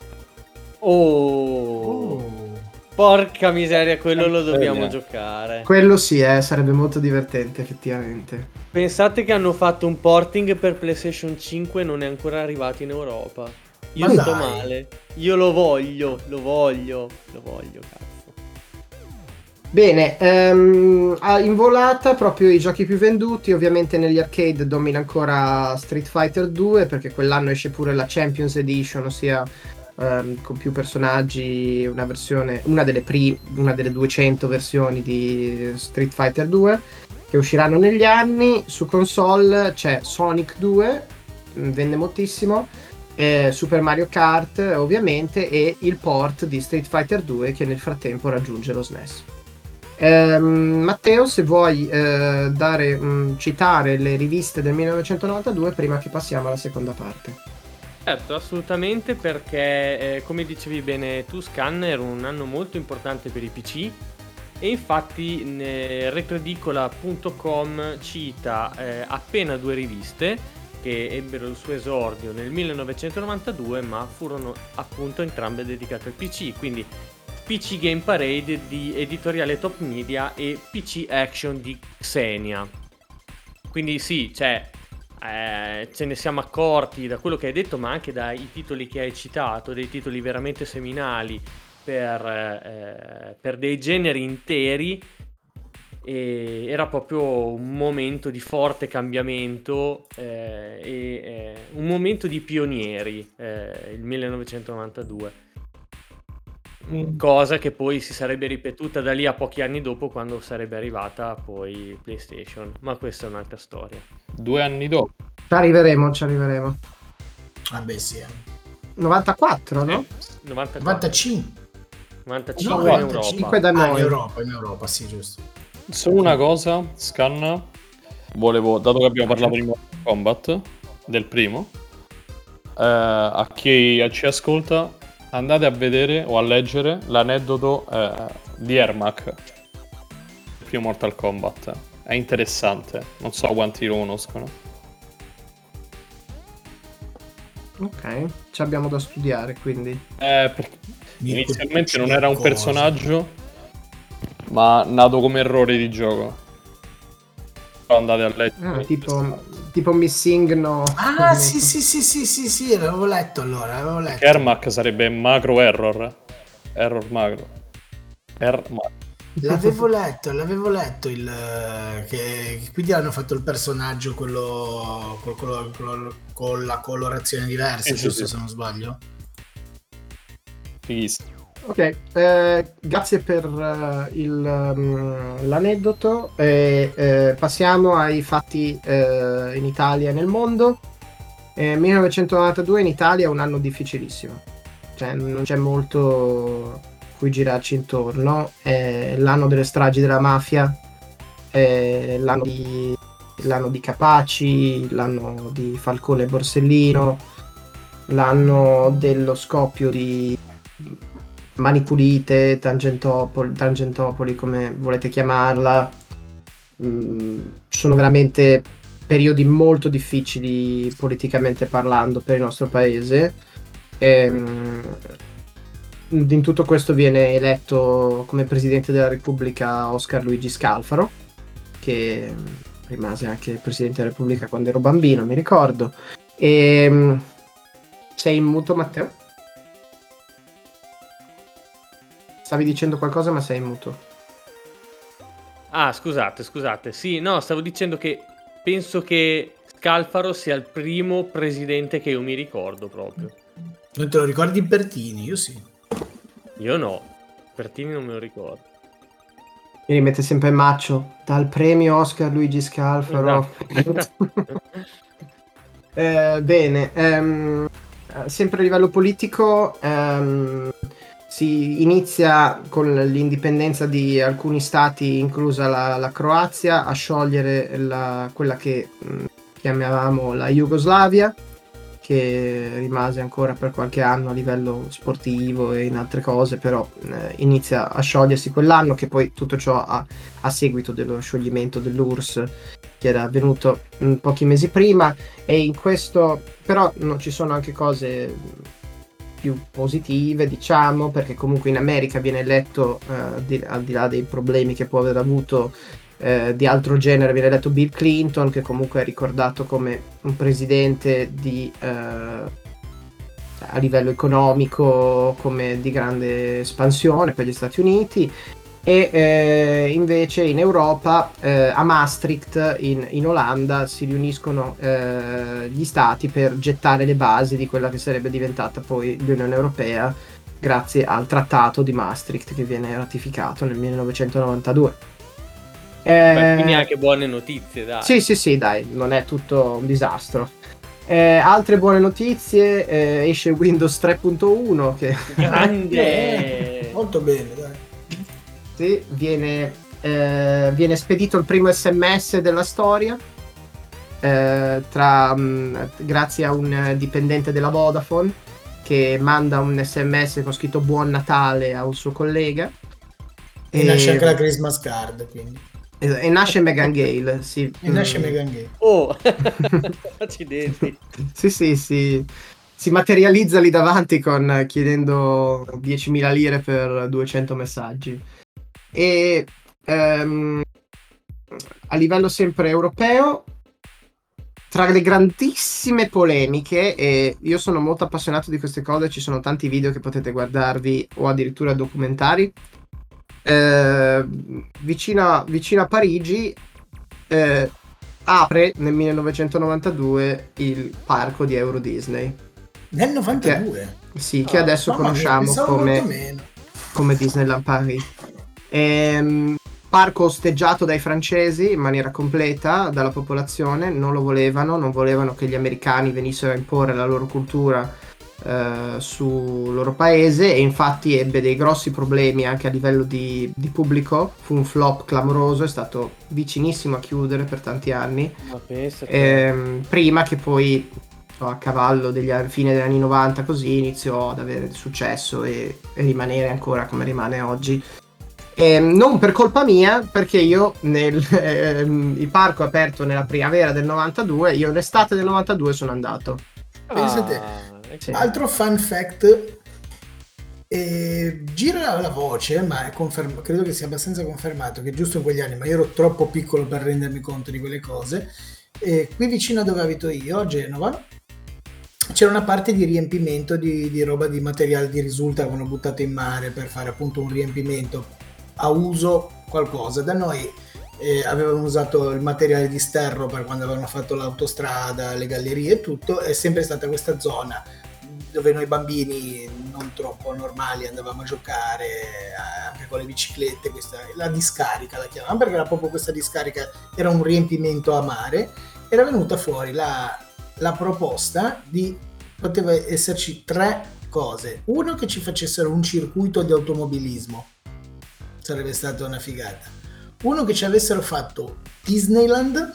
Porca miseria, quello lo dobbiamo giocare. Quello sì, sarebbe molto divertente effettivamente. Pensate che hanno fatto un porting per PlayStation 5 e non è ancora arrivato in Europa. Io sto male. Io lo voglio, cazzo. Bene, in volata proprio i giochi più venduti, ovviamente negli arcade domina ancora Street Fighter 2 perché quell'anno esce pure la Champions Edition, ossia con più personaggi, una delle 200 versioni di Street Fighter 2 che usciranno negli anni. Su console c'è Sonic 2, vende moltissimo, Super Mario Kart ovviamente, e il port di Street Fighter 2 che nel frattempo raggiunge lo SNES. Matteo, se vuoi citare le riviste del 1992 prima che passiamo alla seconda parte. Certo, assolutamente, perché come dicevi bene tu, Scan, era un anno molto importante per i PC e infatti retroedicola.com cita appena 2 riviste che ebbero il suo esordio nel 1992 ma furono appunto entrambe dedicate al PC, quindi PC Game Parade di Editoriale Top Media e PC Action di Xenia. Quindi sì, cioè, ce ne siamo accorti da quello che hai detto, ma anche dai titoli che hai citato, dei titoli veramente seminali per dei generi interi. E era proprio un momento di forte cambiamento un momento di pionieri, il 1992, cosa che poi si sarebbe ripetuta da lì a pochi anni dopo, quando sarebbe arrivata poi PlayStation, ma questa è un'altra storia. 2 anni dopo ci arriveremo. Vabbè, sì. 94, no? 95 95 da noi. In Europa, sì, giusto. Solo una cosa, Scanna, dato che abbiamo parlato di Mortal Kombat, del primo, a chi ci ascolta, andate a vedere o a leggere l'aneddoto di Ermac, il primo Mortal Kombat. È interessante, non so quanti lo conoscono. Ok, ci abbiamo da studiare, quindi. Inizialmente non era un personaggio, ma nato come errore di gioco. Andate a leggere. Tipo Missing, no? Ah, sì, l'avevo letto allora. Ermac sarebbe macro error. Error macro. L'avevo letto che quindi hanno fatto il personaggio quello con la colorazione diversa, giusto, se non sbaglio. Fighissimo. Ok, grazie per l'aneddoto. Passiamo ai fatti in Italia e nel mondo. 1992 in Italia è un anno difficilissimo, cioè non c'è molto cui girarci intorno. È l'anno delle stragi della mafia, l'anno di Capaci, l'anno di Falcone e Borsellino, l'anno dello scoppio di Mani Pulite, Tangentopoli, come volete chiamarla. Sono veramente periodi molto difficili politicamente parlando per il nostro paese. In tutto questo viene eletto come Presidente della Repubblica Oscar Luigi Scalfaro, che rimase anche Presidente della Repubblica quando ero bambino, mi ricordo. Sei in muto, Matteo? Stavi dicendo qualcosa, ma sei in muto. Ah, scusate. Sì, no, stavo dicendo che penso che Scalfaro sia il primo presidente che io mi ricordo proprio. Non te lo ricordi Pertini? Io sì. Io no. Pertini non me lo ricordo. Mi rimette sempre Maccio. Dal premio Oscar Luigi Scalfaro. Esatto. Bene. Sempre a livello politico... si inizia con l'indipendenza di alcuni stati, inclusa la Croazia, a sciogliere quella che chiamavamo la Jugoslavia, che rimase ancora per qualche anno a livello sportivo e in altre cose, però inizia a sciogliersi quell'anno, che poi tutto ciò a seguito dello scioglimento dell'URSS che era avvenuto pochi mesi prima. E in questo però ci sono anche cose più positive, diciamo, perché comunque in America viene eletto, al di là dei problemi che può aver avuto di altro genere, viene eletto Bill Clinton, che comunque è ricordato come un presidente a livello economico come di grande espansione per gli Stati Uniti. E invece in Europa, a Maastricht in Olanda, si riuniscono gli stati per gettare le basi di quella che sarebbe diventata poi l'Unione Europea, grazie al Trattato di Maastricht che viene ratificato nel 1992. Quindi anche buone notizie, dai. Sì, dai, non è tutto un disastro. Altre buone notizie, esce Windows 3.1 che... Grande! Molto bene, dai. Sì, viene spedito il primo SMS della storia, grazie a un dipendente della Vodafone che manda un SMS con scritto Buon Natale a un suo collega. E nasce anche la Christmas card, quindi. E nasce Megan Gale, sì. E nasce Megan Gale. Oh! Accidenti. Sì. si materializza lì davanti chiedendo 10.000 lire per 200 messaggi. E a livello sempre europeo, tra le grandissime polemiche, e io sono molto appassionato di queste cose, ci sono tanti video che potete guardarvi o addirittura documentari, vicino a Parigi apre nel 1992 il parco di Euro Disney. Nel 92? Che adesso conosciamo come Disneyland Paris. Parco osteggiato dai francesi in maniera completa dalla popolazione, non volevano che gli americani venissero a imporre la loro cultura sul loro paese, e infatti ebbe dei grossi problemi anche a livello di pubblico. Fu un flop clamoroso, è stato vicinissimo a chiudere per tanti anni, prima che poi a cavallo fine degli anni 90 così iniziò ad avere successo e rimanere ancora come rimane oggi. Non per colpa mia, perché io il parco è aperto nella primavera del 92, io l'estate del 92 sono andato. Pensate, altro fun fact, gira la voce, ma credo che sia abbastanza confermato, che giusto in quegli anni, ma io ero troppo piccolo per rendermi conto di quelle cose, qui vicino a dove abito io, a Genova, c'era una parte di riempimento di roba, di materiale di risulta che avevano buttato in mare per fare appunto un riempimento a uso qualcosa. Da noi avevano usato il materiale di sterro per quando avevano fatto l'autostrada, le gallerie e tutto. È sempre stata questa zona dove noi bambini non troppo normali andavamo a giocare anche con le biciclette, la discarica la chiamavamo, perché era proprio questa discarica, era un riempimento a mare. Era venuta fuori la proposta poteva esserci 3 cose. Uno, che ci facessero un circuito di automobilismo, sarebbe stata una figata. Uno, che ci avessero fatto Disneyland,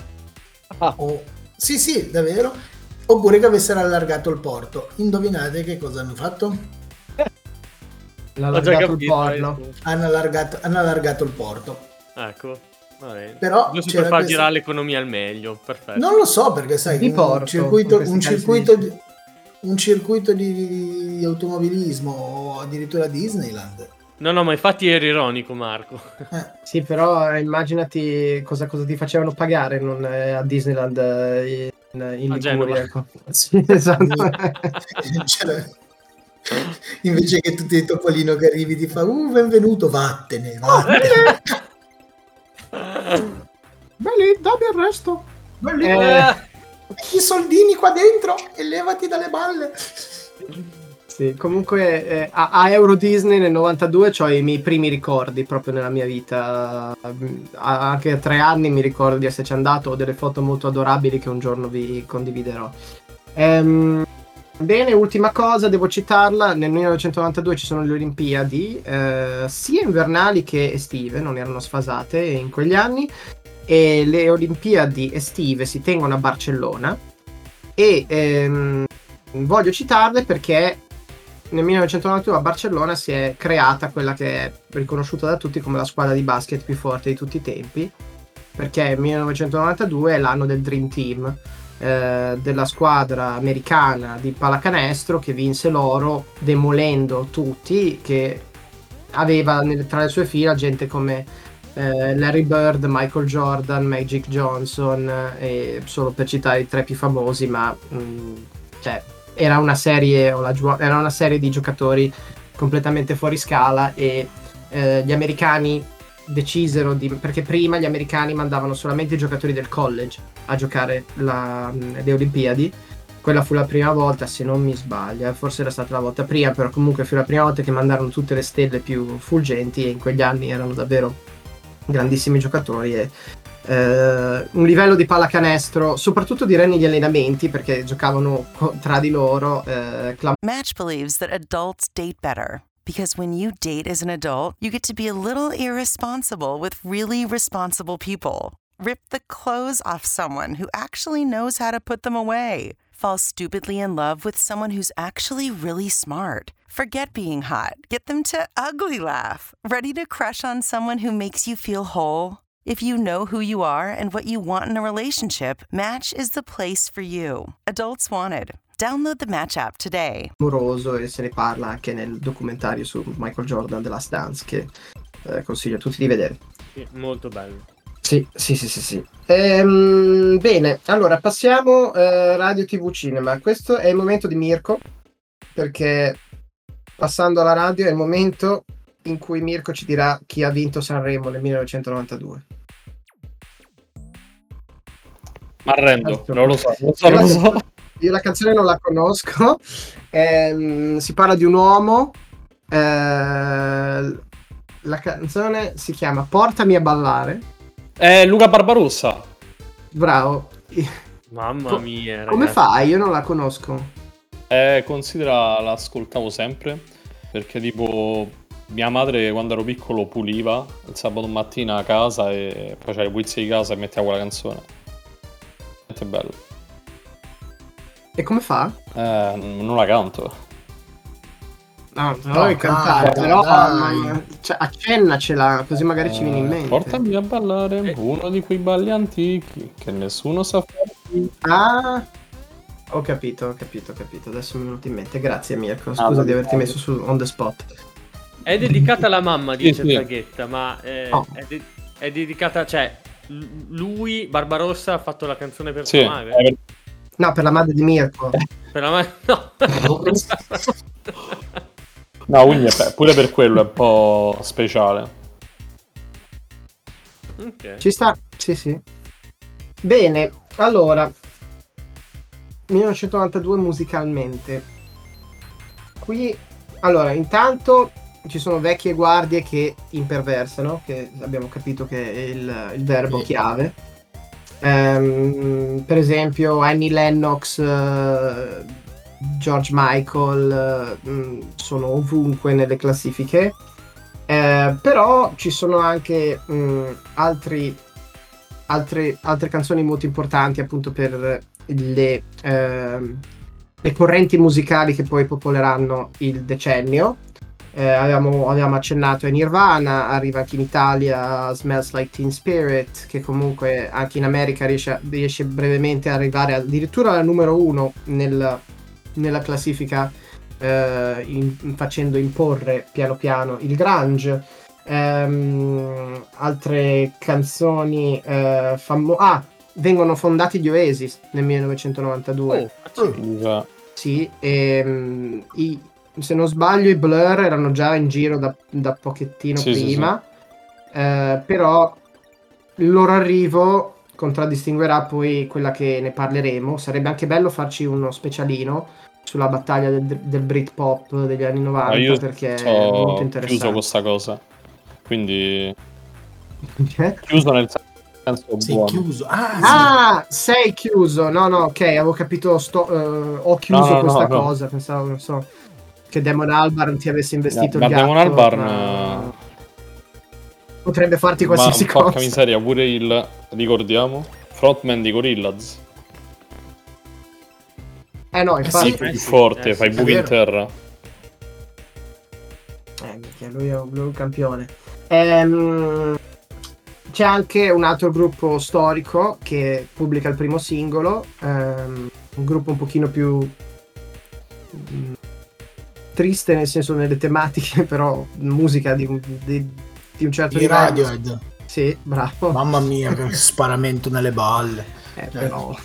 sì, davvero, oppure che avessero allargato il porto. Indovinate che cosa hanno fatto? Hanno allargato il porto. Hanno allargato il porto. Ecco, va bene. Però giusto per far girare l'economia al meglio, perfetto. Non lo so, perché sai, un circuito di automobilismo o addirittura Disneyland. No, ma infatti ero ironico, Marco. Sì, però immaginati cosa ti facevano pagare a Disneyland in Liguria. Ecco. Sì, esatto. Invece che tutti i topolino che arrivi ti fa benvenuto, vattene. Belli, dammi il resto. I soldini qua dentro e levati dalle balle. Sì, comunque a Euro Disney nel 92 ho i miei primi ricordi proprio nella mia vita. Anche a 3 anni mi ricordo di esserci andato, ho delle foto molto adorabili che un giorno vi condividerò. Bene, ultima cosa, devo citarla, nel 1992 ci sono le Olimpiadi, sia invernali che estive, non erano sfasate in quegli anni, e le Olimpiadi estive si tengono a Barcellona, e voglio citarle perché nel 1992 a Barcellona si è creata quella che è riconosciuta da tutti come la squadra di basket più forte di tutti i tempi, perché il 1992 è l'anno del Dream Team, della squadra americana di pallacanestro che vinse l'oro demolendo tutti, che aveva tra le sue fila gente come Larry Bird, Michael Jordan, Magic Johnson, solo per citare i 3 più famosi, ma era una serie di giocatori completamente fuori scala, e gli americani decisero perché prima gli americani mandavano solamente i giocatori del college a giocare le Olimpiadi. Quella fu la prima volta, se non mi sbaglio, forse era stata la volta prima, però comunque fu la prima volta che mandarono tutte le stelle più fulgenti, e in quegli anni erano davvero grandissimi giocatori, e un livello di pallacanestro, soprattutto direi negli allenamenti, perché giocavano tra di loro. Match believes that adults date better. Because when you date as an adult, you get to be a little irresponsible with really responsible people. Rip the clothes off someone who actually knows how to put them away. Fall stupidly in love with someone who's actually really smart. Forget being hot. Get them to ugly laugh. Ready to crush on someone who makes you feel whole? If you know who you are and what you want in a relationship, Match is the place for you. Adults Wanted. Download the Match app today. Amoroso, e se ne parla anche nel documentario su Michael Jordan The Last Dance, che consiglio a tutti di vedere. Sì, molto bello. Sì. Bene, allora passiamo Radio TV Cinema. Questo è il momento di Mirko, perché passando alla radio è il momento in cui Mirko ci dirà chi ha vinto Sanremo nel 1992. Ma arrendo, non lo so. Io la canzone non la conosco. Si parla di un uomo. La canzone si chiama Portami a ballare. È Luca Barbarossa. Bravo. Mamma mia, ragazzi. Come fai? Io non la conosco. Considera, l'ascoltavo sempre, perché tipo mia madre quando ero piccolo puliva il sabato mattina a casa e faceva le pulizie di casa e metteva quella canzone. È bello. E come fa? Non la canto. No, devi cantare, però cioè, accennacela, così magari ci viene in mente. Portami a ballare, uno di quei balli antichi che nessuno sa fare. Ah, ho capito. Adesso mi è venuto in mente. Grazie Mirko, scusa di averti messo su on the spot. È dedicata alla mamma, dice Zaghetta, ma No. è dedicata, cioè lui, Barbarossa, ha fatto la canzone per sua madre? No, per la madre di Mirko. Per la madre? No. No, quindi pure per quello è un po' speciale. Okay. Ci sta, sì. Bene, allora 1992 musicalmente. Qui, allora, intanto ci sono vecchie guardie che imperversano, che abbiamo capito che è il verbo chiave. Per esempio Annie Lennox, George Michael sono ovunque nelle classifiche, però ci sono anche altre canzoni molto importanti appunto per le correnti musicali che poi popoleranno il decennio. Abbiamo accennato a Nirvana, arriva anche in Italia Smells Like Teen Spirit, che comunque anche in America riesce brevemente ad arrivare addirittura alla numero 1 nella classifica, facendo imporre piano piano il grunge. Altre canzoni vengono fondati gli Oasis nel 1992. Sì, se non sbaglio i Blur erano già in giro da pochettino prima. Però il loro arrivo contraddistinguerà poi quella che ne parleremo. Sarebbe anche bello farci uno specialino sulla battaglia del Britpop degli anni 90, perché è molto interessante. Chiuso questa cosa, quindi chiuso nel senso buono. Chiuso. Sei chiuso. No, ok, avevo capito. Ho chiuso questa cosa. Pensavo, non so, che Damon Albarn ti avesse investito il gatto. Damon Albarn potrebbe farti qualsiasi cosa. Porca miseria, pure ricordiamo, frontman di Gorillaz. No, infatti più forte, fa i buchi in terra. Lui è un campione. C'è anche un altro gruppo storico che pubblica il primo singolo, un gruppo un pochino più triste, nel senso, nelle tematiche, però musica di un certo livello. Radiohead. Sì, bravo. Mamma mia, che sparamento nelle balle. Però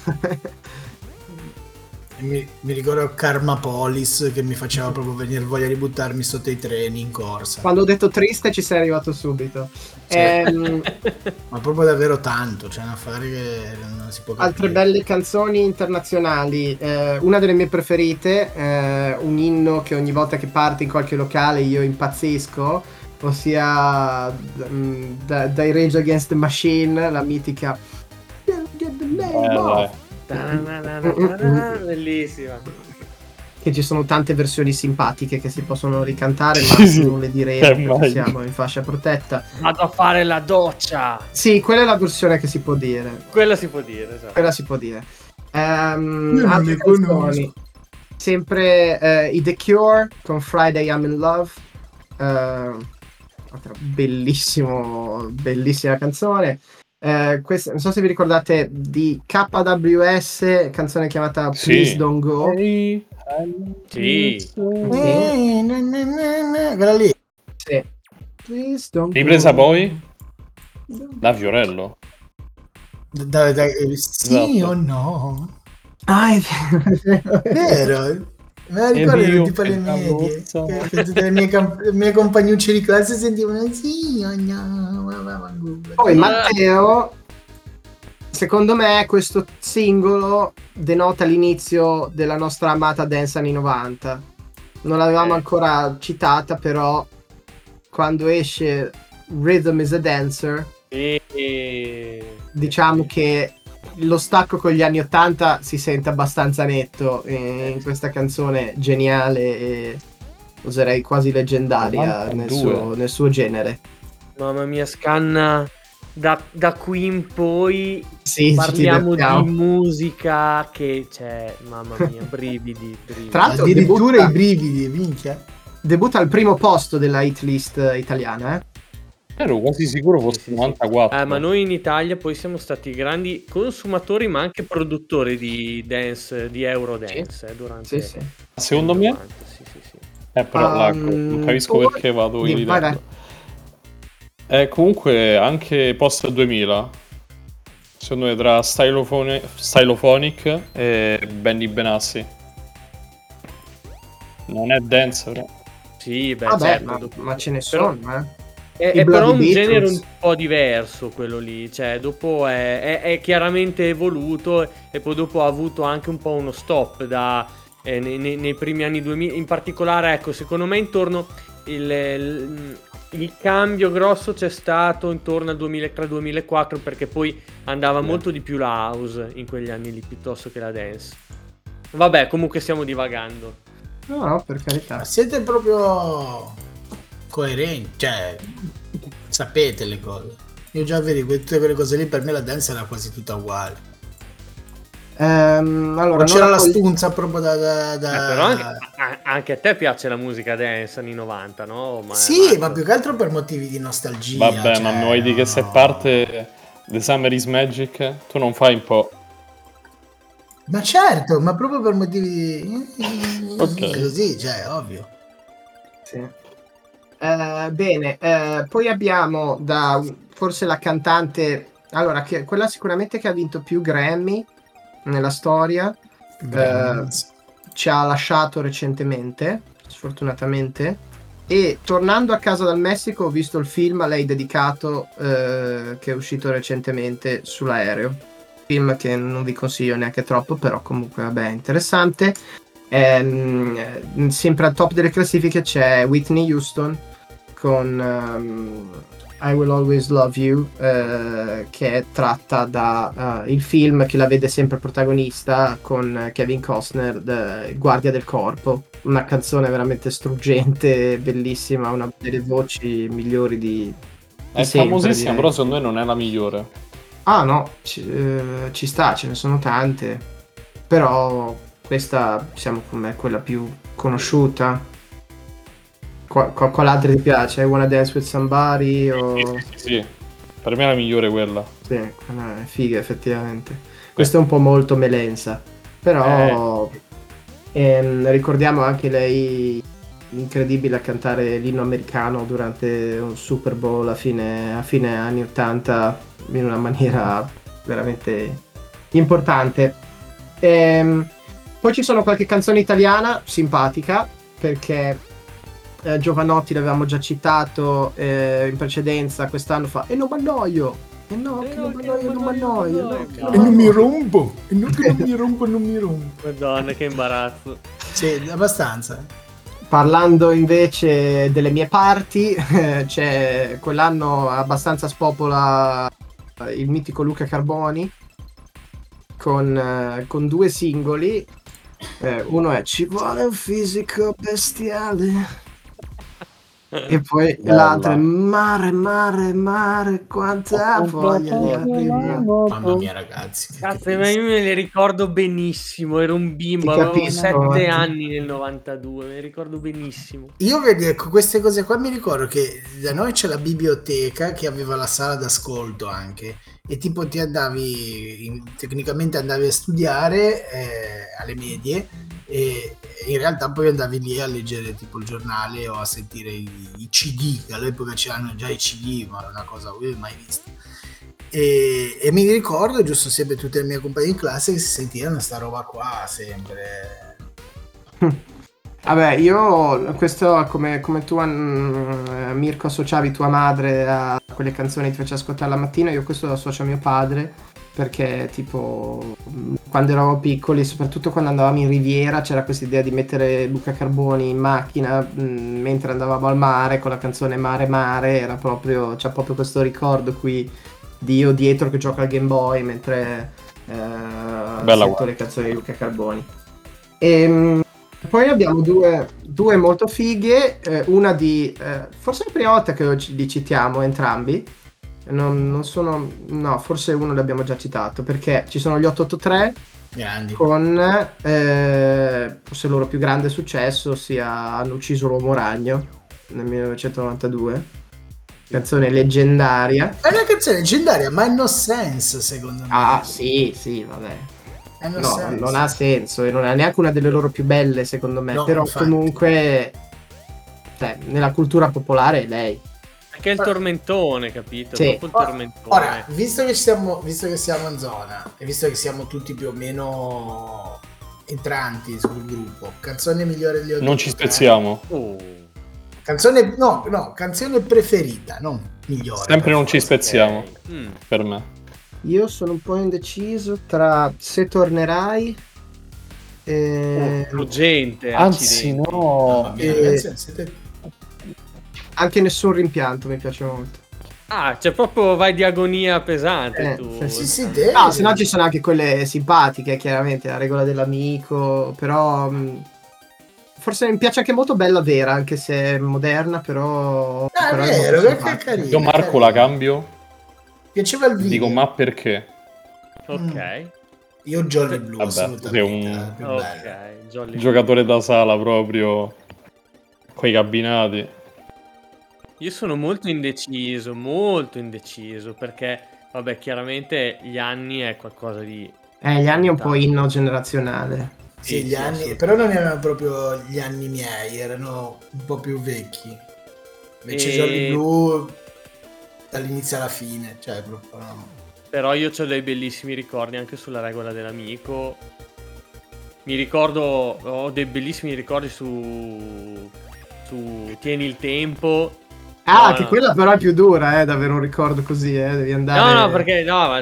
mi ricordo Karmapolis, che mi faceva proprio venire voglia di buttarmi sotto i treni in corsa. Quando ho detto triste ci sei arrivato subito. Ma proprio davvero tanto, cioè un affare che non si può capire. Altre belle canzoni internazionali, una delle mie preferite, un inno che ogni volta che parte in qualche locale io impazzisco, ossia dai Rage Against the Machine, la mitica bellissima, che ci sono tante versioni simpatiche che si possono ricantare, ma non le diremo perché siamo in fascia protetta. Vado a fare la doccia. Sì, quella è la versione che si può dire. Quella si può dire, esatto. Quella si può dire. Altre canzoni, sempre i The Cure con Friday I'm in Love, bellissima canzone. Questa, non so se vi ricordate di KWS, canzone chiamata Please Don't Go. Sì. Quella lì. Sì. Please don't Ripresa go. poi da Fiorello. Sì o no? Ah, è vero. Me la ricordo tipo alle medie. Che tutte le mie compagnucce di classe sentivano sì o no. Poi Matteo, secondo me questo singolo denota l'inizio della nostra amata dance anni 90. Non l'avevamo ancora citata, però quando esce Rhythm is a Dancer, diciamo che lo stacco con gli anni 80 si sente abbastanza netto in questa canzone geniale e oserei quasi leggendaria nel suo genere. Mamma mia, Scanna, da qui in poi sì, parliamo di musica che c'è, mamma mia, brividi. Tra l'altro addirittura i brividi, minchia. Debutta al primo posto della hit list italiana, Ero quasi sicuro fosse 94. Ma noi in Italia poi siamo stati grandi consumatori ma anche produttori di dance, di Eurodance durante Secondo me 90, sì. Però non capisco perché vado in ritardo. Comunque anche post 2000 secondo me tra Stylophonic e Benny Benassi. Non è dance però. Sì, certo, ma ce ne sono, È però un genere un po' diverso quello lì, cioè dopo è chiaramente evoluto e poi dopo ha avuto anche un po' uno stop nei primi anni 2000, in particolare ecco secondo me intorno il cambio grosso c'è stato intorno al 2003-2004 perché poi andava molto di più la house in quegli anni lì piuttosto che la dance. Vabbè, comunque stiamo divagando. No, per carità. Siete proprio coerenti, cioè sapete le cose. Io già vedi tutte quelle cose lì, per me la dance era quasi tutta uguale. Allora, c'era la stunza proprio da... Però anche a te piace la musica dance anni 90, no? Ma più che altro per motivi di nostalgia. Vabbè, cioè, ma mi vuoi dire che se parte The Summer is Magic tu non fai un po'? Ma certo, ma proprio per motivi così, cioè, ovvio. Sì. Bene, poi abbiamo forse la cantante, allora, quella sicuramente che ha vinto più Grammy nella storia, ci ha lasciato recentemente, sfortunatamente, e tornando a casa dal Messico ho visto il film a lei dedicato che è uscito recentemente sull'aereo, film che non vi consiglio neanche troppo, però comunque vabbè è interessante. Sempre al top delle classifiche c'è Whitney Houston con I Will Always Love You, che è tratta da il film che la vede sempre protagonista con Kevin Costner, Guardia del Corpo, una canzone veramente struggente, bellissima, una delle voci migliori di è sempre, famosissima, però secondo me non è la migliore. Ah no, ci sta, ce ne sono tante, però questa diciamo come quella più conosciuta. Quale ti piace? I Wanna Dance With Somebody? O... Sì, per me è la migliore quella. Sì, quella è figa effettivamente. Questa è un po' molto melenza, però ricordiamo anche lei incredibile a cantare l'inno americano durante un Super Bowl a fine anni 80 in una maniera veramente importante. Poi ci sono qualche canzone italiana simpatica, perché Giovanotti l'avevamo già citato in precedenza quest'anno fa, e non m'annoio, non mi rompo, non mi rompo. Madonna, che imbarazzo. Sì, abbastanza. Parlando invece delle mie parti, c'è quell'anno abbastanza spopola il mitico Luca Carboni con 2 singoli. Uno è Ci vuole un fisico bestiale E poi l'altra è mare, quanta voglia di arrivare. Mamma mia, ragazzi. Cazzo, ma io me le ricordo benissimo. Ero un bimbo, Ti avevo capisco, 7 Marti. anni nel 92. Me le ricordo benissimo. Io vedi, ecco, queste cose qua mi ricordo che da noi c'è la biblioteca che aveva la sala d'ascolto anche, e tipo ti andavi, tecnicamente andavi a studiare alle medie, e in realtà poi andavi lì a leggere tipo il giornale o a sentire i CD, che all'epoca c'erano già i CD, ma era una cosa che mai vista. E mi ricordo giusto sempre tutte le mie compagne in classe che si sentivano sta roba qua sempre. Vabbè, io questo come tu Mirko associavi tua madre a quelle canzoni che ti faceva ascoltare la mattina, io questo lo associo a mio padre, perché tipo quando eravamo piccoli, soprattutto quando andavamo in riviera, c'era questa idea di mettere Luca Carboni in macchina mentre andavamo al mare con la canzone Mare, era proprio, c'è proprio questo ricordo qui di io dietro che gioco al Game Boy mentre sento le canzoni di Luca Carboni. E poi abbiamo due molto fighe, una di forse è la prima volta che li citiamo entrambi, non sono, no, forse uno l'abbiamo già citato, perché ci sono gli 883 grandi, con forse il loro più grande successo, ossia Hanno ucciso l'uomo ragno nel 1992, canzone leggendaria. È una canzone leggendaria, ma no sense secondo me. Ah sì, vabbè. No, non ha senso, e non è neanche una delle loro più belle secondo me, no, però infatti. Comunque nella cultura popolare è lei. Perché è il tormentone, capito? Sì. Proprio il tormentone. Ora, visto che siamo in zona e visto che siamo tutti più o meno entranti sul gruppo, canzone migliore degli 883, Non ci spezziamo. Canzone preferita, non migliore. Sempre non ci spezziamo. Per me. Io sono un po' indeciso tra Se tornerai Ruggente, anzi accidenti. no, anche Nessun rimpianto mi piace molto. Ah, c'è proprio vai di agonia pesante tu. Sì, no, se no ci sono anche quelle simpatiche, chiaramente, La regola dell'amico, però forse mi piace anche molto Bella Vera, anche se è moderna, però è però vero, molto che è carino. Io Marco la cambio. Piaceva il video. Dico ma perché? Ok. Io Jolly Blue, Vabbè, sei assolutamente. un Ok, Jolly giocatore da sala proprio, coi cabinati. Io sono molto indeciso, perché, vabbè, chiaramente gli anni è qualcosa di... gli anni è un po' inno generazionale. Sì, gli anni, però non erano proprio gli anni miei, erano un po' più vecchi. Invece Jolly Blue dall'inizio alla fine, cioè proprio no. Però io ho dei bellissimi ricordi anche sulla regola dell'amico. Ho dei bellissimi ricordi su Tieni il tempo. Che quella però è più dura, da avere un ricordo così, devi andare... No, perché no,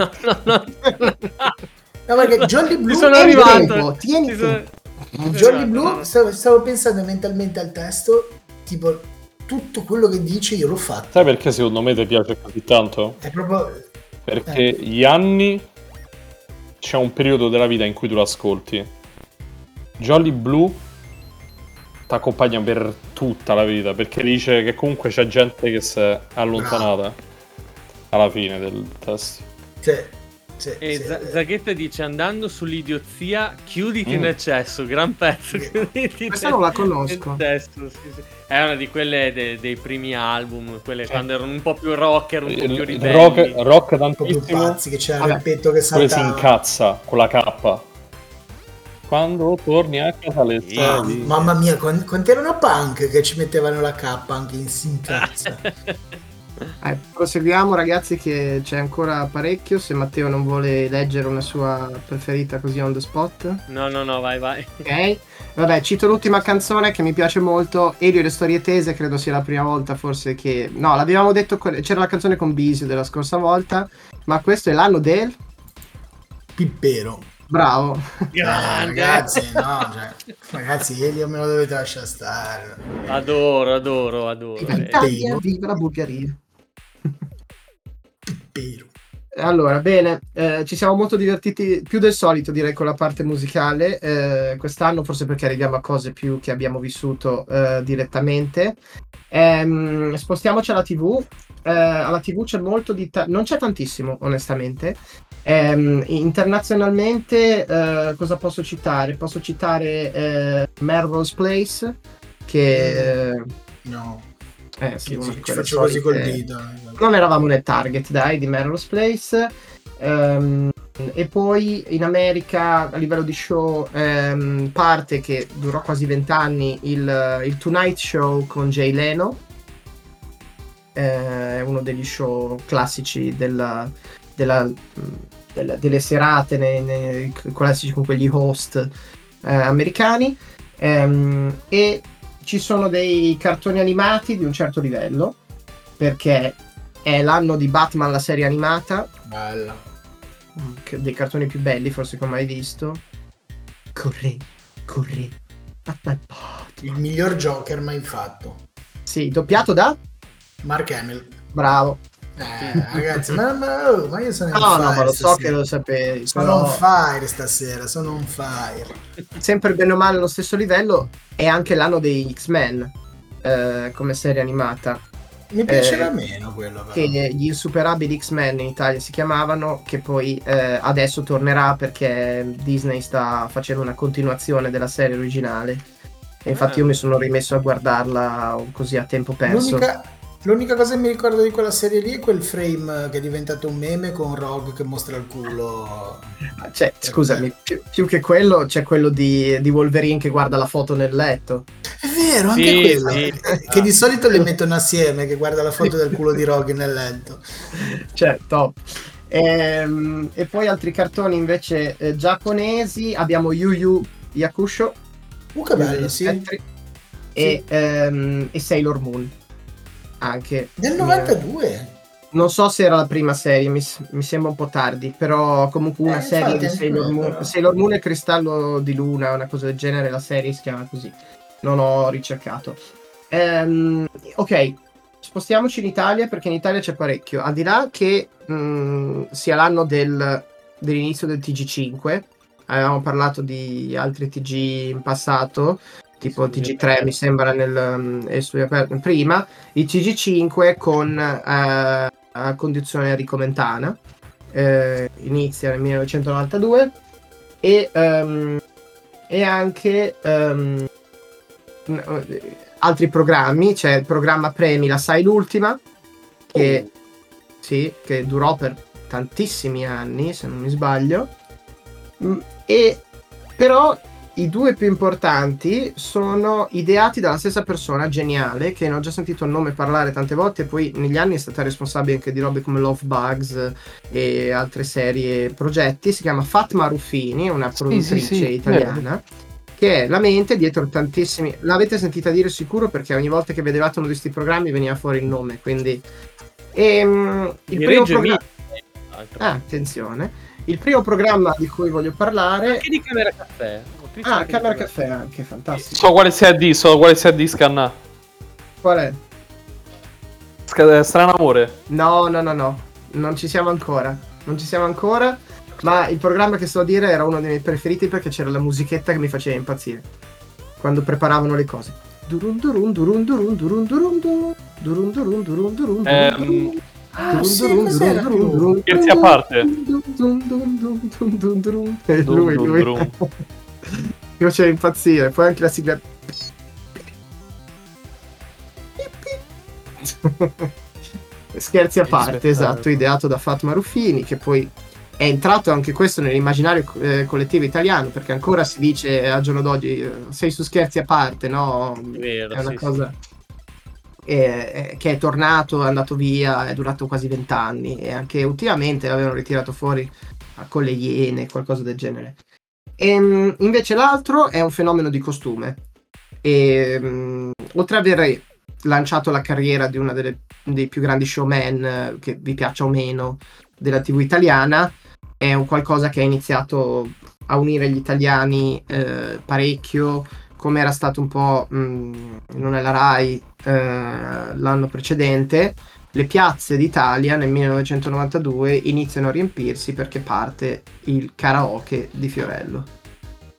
No, perché Jolly Blue sono arrivato. Jolly Blue, stavo pensando mentalmente al testo, tipo tutto quello che dice io l'ho fatto. Sai perché secondo me ti piace così tanto? È proprio... Perché gli anni, c'è un periodo della vita in cui tu l'ascolti. Jolly Blue ti accompagna per tutta la vita, perché dice che comunque c'è gente che si è allontanata alla fine del testo. Zaghetta dice: andando sull'idiozia, chiuditi in eccesso. Gran pezzo. Questa non la conosco. Testo, sì. È una di quelle dei primi album, quelle quando erano un po' più rocker, un po' più ribelli. Rock tantissimo. Pazzi, che c'era il petto che saltava. Poi si incazza con la K. Quando torni a casa le 6. Mamma mia, quanti erano punk che ci mettevano la K anche in incazza. Proseguiamo ragazzi, che c'è ancora parecchio. Se Matteo non vuole leggere una sua preferita così on the spot. No, vai. Ok, vabbè, cito l'ultima canzone che mi piace molto, Elio e le storie tese. Credo sia la prima volta forse che... No, l'avevamo detto, c'era la canzone con Bisio della scorsa volta, ma questo è l'anno del... Pippero. Bravo. Ragazzi, ragazzi, Elio me lo dovete lasciare stare. Adoro. Viva la Bulgaria. Pippero. Allora, bene, ci siamo molto divertiti, più del solito direi, con la parte musicale quest'anno, forse perché arriviamo a cose più che abbiamo vissuto direttamente. Spostiamoci alla TV. Alla TV c'è molto non c'è tantissimo, onestamente. Internazionalmente cosa posso citare? Posso citare Melrose Place, che no. Sì, ci faccio così col dito. Non eravamo nel target, dai, di Melrose Place. E poi in America a livello di show parte, che durò quasi 20 anni, il Tonight Show con Jay Leno. È uno degli show classici delle serate nei classici con quegli host americani, e ci sono dei cartoni animati di un certo livello, perché è l'anno di Batman, la serie animata, bella, dei cartoni più belli forse che ho mai visto. Corri Batman, il miglior Joker mai fatto. Sì, doppiato da Mark Hamill. Bravo. Ragazzi, ma io sono on fire. No, ma lo so che lo sapevi. Sono on fire stasera, sono on fire. Sempre bene o male allo stesso livello. È anche l'anno dei X-Men come serie animata. Mi piaceva meno quello, però. Che gli insuperabili X-Men in Italia si chiamavano, che poi adesso tornerà perché Disney sta facendo una continuazione della serie originale. E infatti io mi sono rimesso a guardarla così a tempo perso. L'unica cosa che mi ricordo di quella serie lì è quel frame che è diventato un meme con Rogue che mostra il culo. Cioè, scusami, più che quello c'è quello di Wolverine che guarda la foto nel letto. È vero, anche quello. Che di solito le mettono assieme, che guarda la foto del culo di Rogue nel letto. Cioè, top. E poi altri cartoni invece giapponesi. Abbiamo Yu Yu Yakusho. Che bello, sì. E Sailor Moon. Anche del 92. Non so se era la prima serie, mi sembra un po' tardi, però comunque una serie di Sailor Moon. Sailor Moon e Cristallo di Luna, una cosa del genere, la serie si chiama così. Non ho ricercato. Ok, spostiamoci in Italia, perché in Italia c'è parecchio. Al di là che sia l'anno dell'inizio del TG5, avevamo parlato di altri TG in passato, tipo TG3 mi sembra prima, il TG5 con a conduzione Enrico Mentana, inizia nel 1992 e anche altri programmi. C'è il programma Premi, la sai l'ultima, che durò per tantissimi anni se non mi sbaglio, e però i due più importanti sono ideati dalla stessa persona geniale, che ne ho già sentito il nome parlare tante volte, e poi negli anni è stata responsabile anche di robe come Love Bugs e altre serie e progetti. Si chiama Fatma Ruffini, una produttrice italiana, che è la mente dietro tantissimi. L'avete sentita dire sicuro, perché ogni volta che vedevate uno di questi programmi veniva fuori il nome, quindi il primo programma... attenzione, il primo programma di cui voglio parlare anche di Camera Caffè. Camera Caffè anche, fantastico. So quale sia di Scanna. Qual è? Strano Amore. No, non ci siamo ancora, ma il programma che sto a dire era uno dei miei preferiti, perché c'era la musichetta che mi faceva impazzire quando preparavano le cose. Scherzi a parte. Lui. Mi faceva impazzire. Poi anche la sigla. Scherzi a parte, esatto, ideato da Fatma Ruffini, che poi è entrato anche questo nell'immaginario collettivo italiano, perché ancora si dice al giorno d'oggi sei su Scherzi a parte, no? Vero, è una cosa che è tornato, è andato via, è durato quasi 20 anni, e anche ultimamente l'avevano ritirato fuori con le Iene, qualcosa del genere. E invece l'altro è un fenomeno di costume, e oltre ad aver lanciato la carriera di una dei più grandi showman, che vi piaccia o meno, della TV italiana, è un qualcosa che ha iniziato a unire gli italiani parecchio, come era stato un po' non è la Rai l'anno precedente. Le piazze d'Italia nel 1992 iniziano a riempirsi perché parte il karaoke di Fiorello.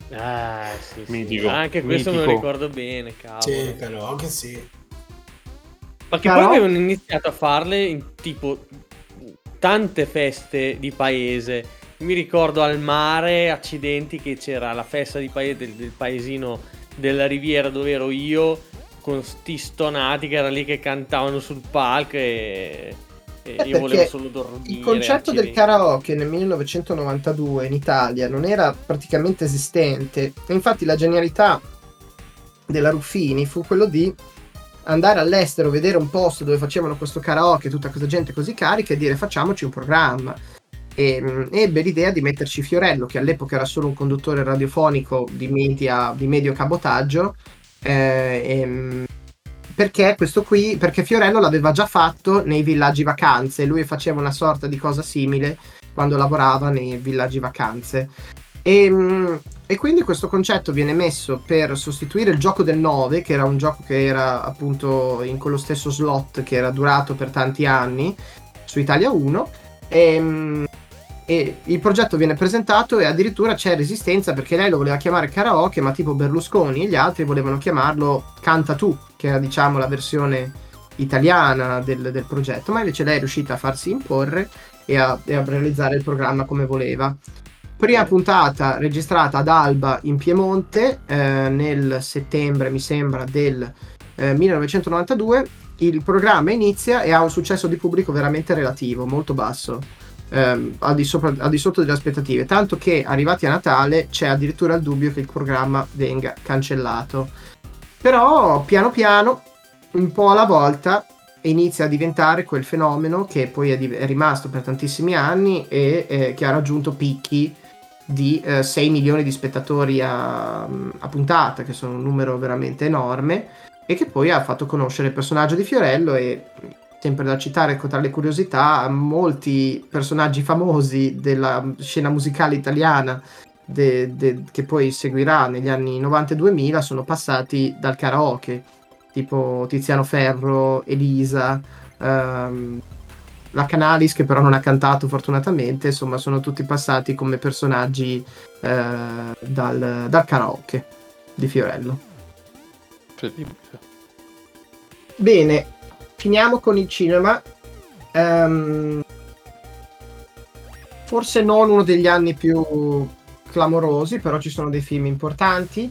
Sì. Mitico. Anche questo mitico. me lo ricordo bene, cavolo. Sì, karaoke sì. Ma che poi avevano iniziato a farle in tipo tante feste di paese. Mi ricordo al mare, accidenti, che c'era la festa di del paesino della Riviera dove ero io, con sti stonati che era lì che cantavano sul palco e io volevo solo dormire. Il concetto del karaoke nel 1992 in Italia non era praticamente esistente. Infatti la genialità della Ruffini fu quello di andare all'estero, vedere un posto dove facevano questo karaoke, tutta questa gente così carica, e dire facciamoci un programma. E ebbe l'idea di metterci Fiorello, che all'epoca era solo un conduttore radiofonico di medio cabotaggio, perché Fiorello l'aveva già fatto nei villaggi vacanze. Lui faceva una sorta di cosa simile quando lavorava nei villaggi vacanze. E quindi questo concetto viene messo per sostituire il gioco del 9, che era un gioco che era appunto in quello stesso slot che era durato per tanti anni su Italia 1. E il progetto viene presentato e addirittura c'è resistenza, perché lei lo voleva chiamare karaoke, ma tipo Berlusconi e gli altri volevano chiamarlo Canta Tu, che era diciamo la versione italiana del progetto, ma invece lei è riuscita a farsi imporre e a realizzare il programma come voleva. Prima puntata registrata ad Alba in Piemonte nel settembre, mi sembra, del 1992. Il programma inizia e ha un successo di pubblico veramente relativo, molto basso, al di sotto delle aspettative, tanto che arrivati a Natale c'è addirittura il dubbio che il programma venga cancellato. Però piano piano, un po' alla volta, inizia a diventare quel fenomeno che poi è rimasto per tantissimi anni e che ha raggiunto picchi di 6 milioni di spettatori a puntata, che sono un numero veramente enorme, e che poi ha fatto conoscere il personaggio di Fiorello. E sempre da citare tra le curiosità, molti personaggi famosi della scena musicale italiana che poi seguirà negli anni 90 e 2000 sono passati dal karaoke, tipo Tiziano Ferro, Elisa, la Canalis, che però non ha cantato fortunatamente. Insomma, sono tutti passati come personaggi dal karaoke di Fiorello. Bene, finiamo con il cinema. Forse non uno degli anni più clamorosi, però ci sono dei film importanti.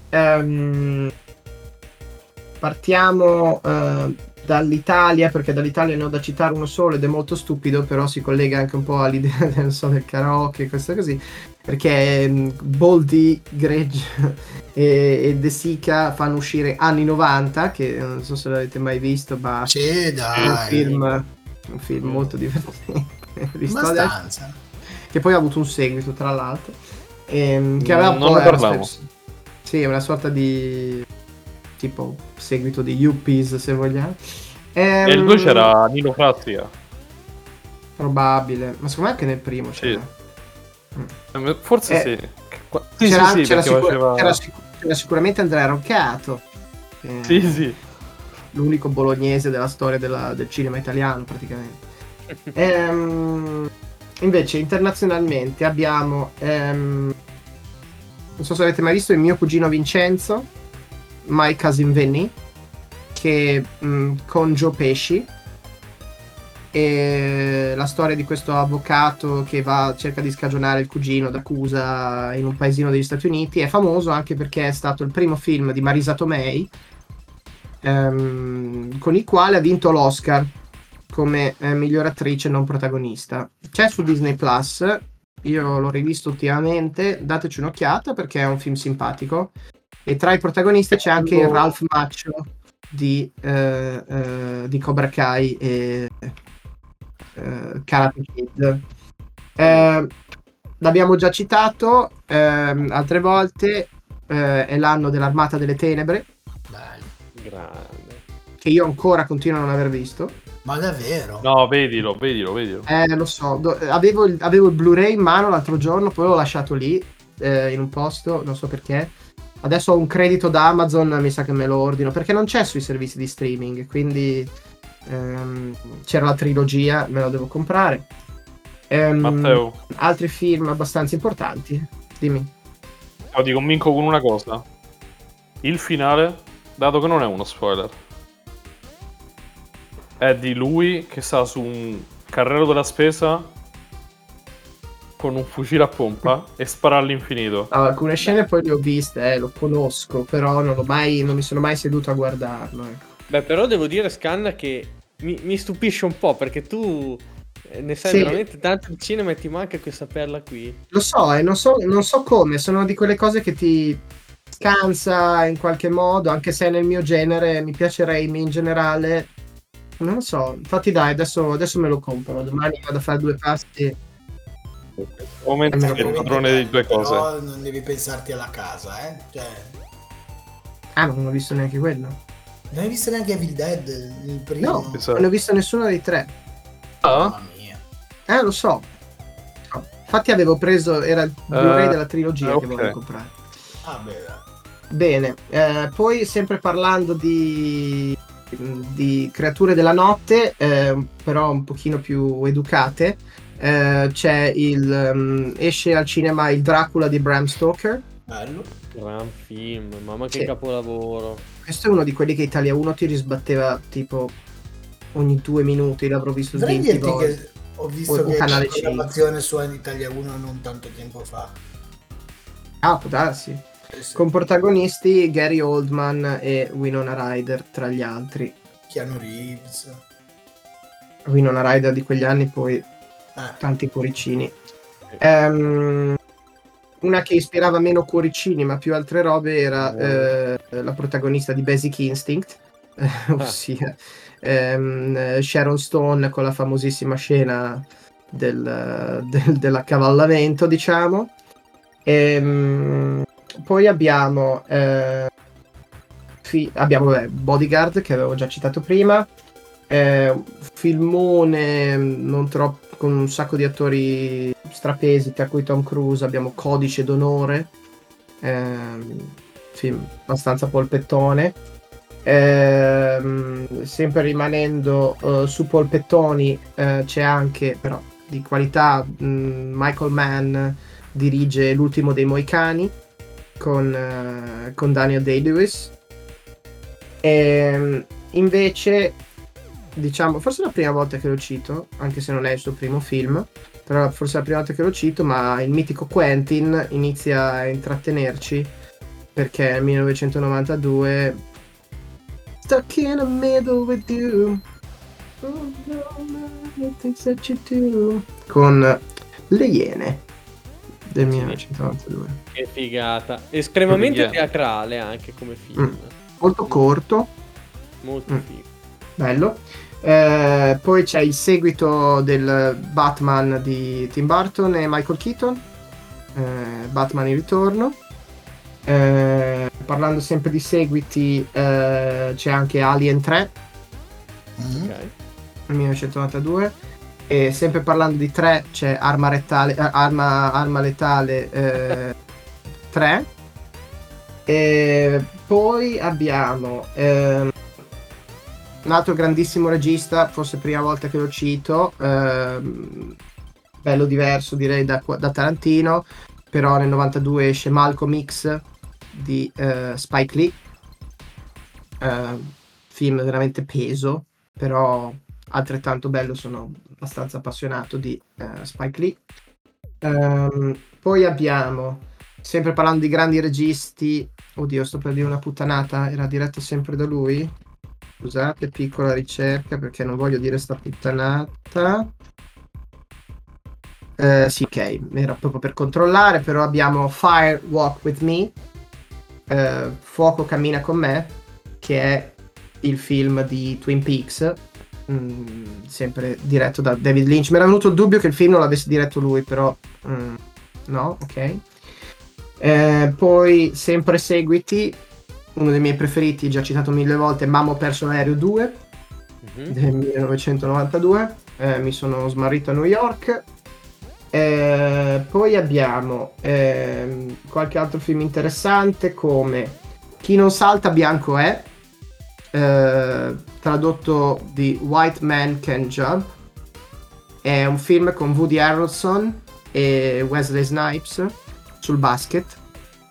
Partiamo dall'Italia, perché dall'Italia ne ho da citare uno solo ed è molto stupido, però si collega anche un po' all'idea del karaoke, questo così, perché Boldi, Gregge e De Sica fanno uscire Anni 90, che non so se l'avete mai visto, ma è un film molto divertente. Abbastanza. Che poi ha avuto un seguito, tra l'altro, che aveva non ne parlavo. Sì, è una sorta di tipo seguito di Yuppies, se vogliamo. E il 2 c'era Nino Frazia. Probabile, ma secondo me anche nel primo c'era. Sì. Forse sì. C'era sicuramente Andrea Roccato. Sì. L'unico bolognese della storia del cinema italiano, praticamente. Invece internazionalmente abbiamo non so se avete mai visto Il mio cugino Vincenzo, My Cousin Vinny, che con Joe Pesci, e la storia di questo avvocato che cerca di scagionare il cugino d'accusa in un paesino degli Stati Uniti. È famoso anche perché è stato il primo film di Marisa Tomei, con il quale ha vinto l'Oscar come miglior attrice non protagonista. C'è su Disney Plus, io l'ho rivisto ultimamente, dateci un'occhiata perché è un film simpatico, e tra i protagonisti c'è anche il Ralph Macchio di Cobra Kai e Karate Kid. L'abbiamo già citato altre volte, è l'anno dell'Armata delle Tenebre, grande, che io ancora continuo a non aver visto. Ma davvero? No, vedilo. Lo so, avevo il Blu-ray in mano l'altro giorno, poi l'ho lasciato lì in un posto, non so perché. Adesso ho un credito da Amazon, mi sa che me lo ordino, perché non c'è sui servizi di streaming, quindi c'era la trilogia, me la devo comprare. Matteo, altri film abbastanza importanti, dimmi. Ti convinco con una cosa: il finale, dato che non è uno spoiler, è di lui che sta su un carrello della spesa con un fucile a pompa e spara all'infinito. Alcune scene poi le ho viste, lo conosco, però non mi sono mai seduto a guardarlo. Ecco. Beh, però devo dire, Scanna, che mi stupisce un po', perché tu ne sai veramente tanto di cinema e ti manca questa perla qui. Lo so, non so come, sono di quelle cose che ti scansa in qualche modo, anche se è nel mio genere, mi piace Raimi in generale. Non lo so, infatti dai, adesso me lo compro, domani vado a fare 2 passi. Momento è il padrone di 2 cose. Però non devi pensarti alla casa, Cioè... non ho visto neanche quello. Non hai visto neanche Evil Dead, il primo? No, non ho visto nessuno dei 3. Mamma mia. Lo so. Infatti avevo preso, era il Blu-ray della trilogia che volevo comprare. Bene, poi sempre parlando di creature della notte, però un pochino più educate, c'è esce al cinema il Dracula di Bram Stoker. Bello. Gran film, mamma che capolavoro. Questo è uno di quelli che Italia 1 ti risbatteva tipo ogni 2 minuti, l'avrò visto 20 volte. Che ho visto che c'è una programmazione su Italia 1 non tanto tempo fa. Può darsi. Con protagonisti Gary Oldman e Winona Ryder tra gli altri. Keanu Reeves. Winona Ryder di quegli anni, poi tanti cuoricini. Una che ispirava meno cuoricini ma più altre robe era la protagonista di Basic Instinct, ossia Sharon Stone, con la famosissima scena dell'accavallamento, diciamo. Poi abbiamo Bodyguard, che avevo già citato prima, filmone non troppo, con un sacco di attori strapesi, tra cui Tom Cruise. Abbiamo Codice d'onore, film abbastanza polpettone. Sempre rimanendo su polpettoni, c'è anche, però di qualità, Michael Mann dirige L'ultimo dei Moicani con Daniel Day-Lewis. Invece, diciamo, forse è la prima volta che lo cito, anche se non è il suo primo film, però forse è la prima volta che lo cito, ma il mitico Quentin inizia a intrattenerci, perché nel 1992 Stuck in the middle with you, con Le Iene del 1992. Che figata, estremamente teatrale anche come film. Molto corto, molto figo, bello. Poi c'è il seguito del Batman di Tim Burton e Michael Keaton, Batman in ritorno. Parlando sempre di seguiti, c'è anche Alien 3 nel 1992, e sempre parlando di 3 c'è Arma Letale 3. E poi abbiamo un altro grandissimo regista, forse prima volta che lo cito, bello diverso direi da Tarantino, però nel 92 esce Malcolm X di Spike Lee, film veramente peso, però altrettanto bello. Sono abbastanza appassionato di Spike Lee. Poi abbiamo, sempre parlando di grandi registi, oddio, sto per dire una puttanata, era diretto sempre da lui, scusate, piccola ricerca perché non voglio dire sta puttanata. Sì, ok, era proprio per controllare, però abbiamo Fire Walk With Me, Fuoco cammina con me, che è il film di Twin Peaks, sempre diretto da David Lynch. Mi era venuto il dubbio che il film non l'avesse diretto lui, però no, ok. Poi sempre seguiti, uno dei miei preferiti, già citato 1000 volte, Mamma ho perso l'aereo 2 del 1992, mi sono smarrito a New York. Poi abbiamo qualche altro film interessante, come Chi non salta bianco è, tradotto di White Man Can Jump. È un film con Woody Harrelson e Wesley Snipes sul basket,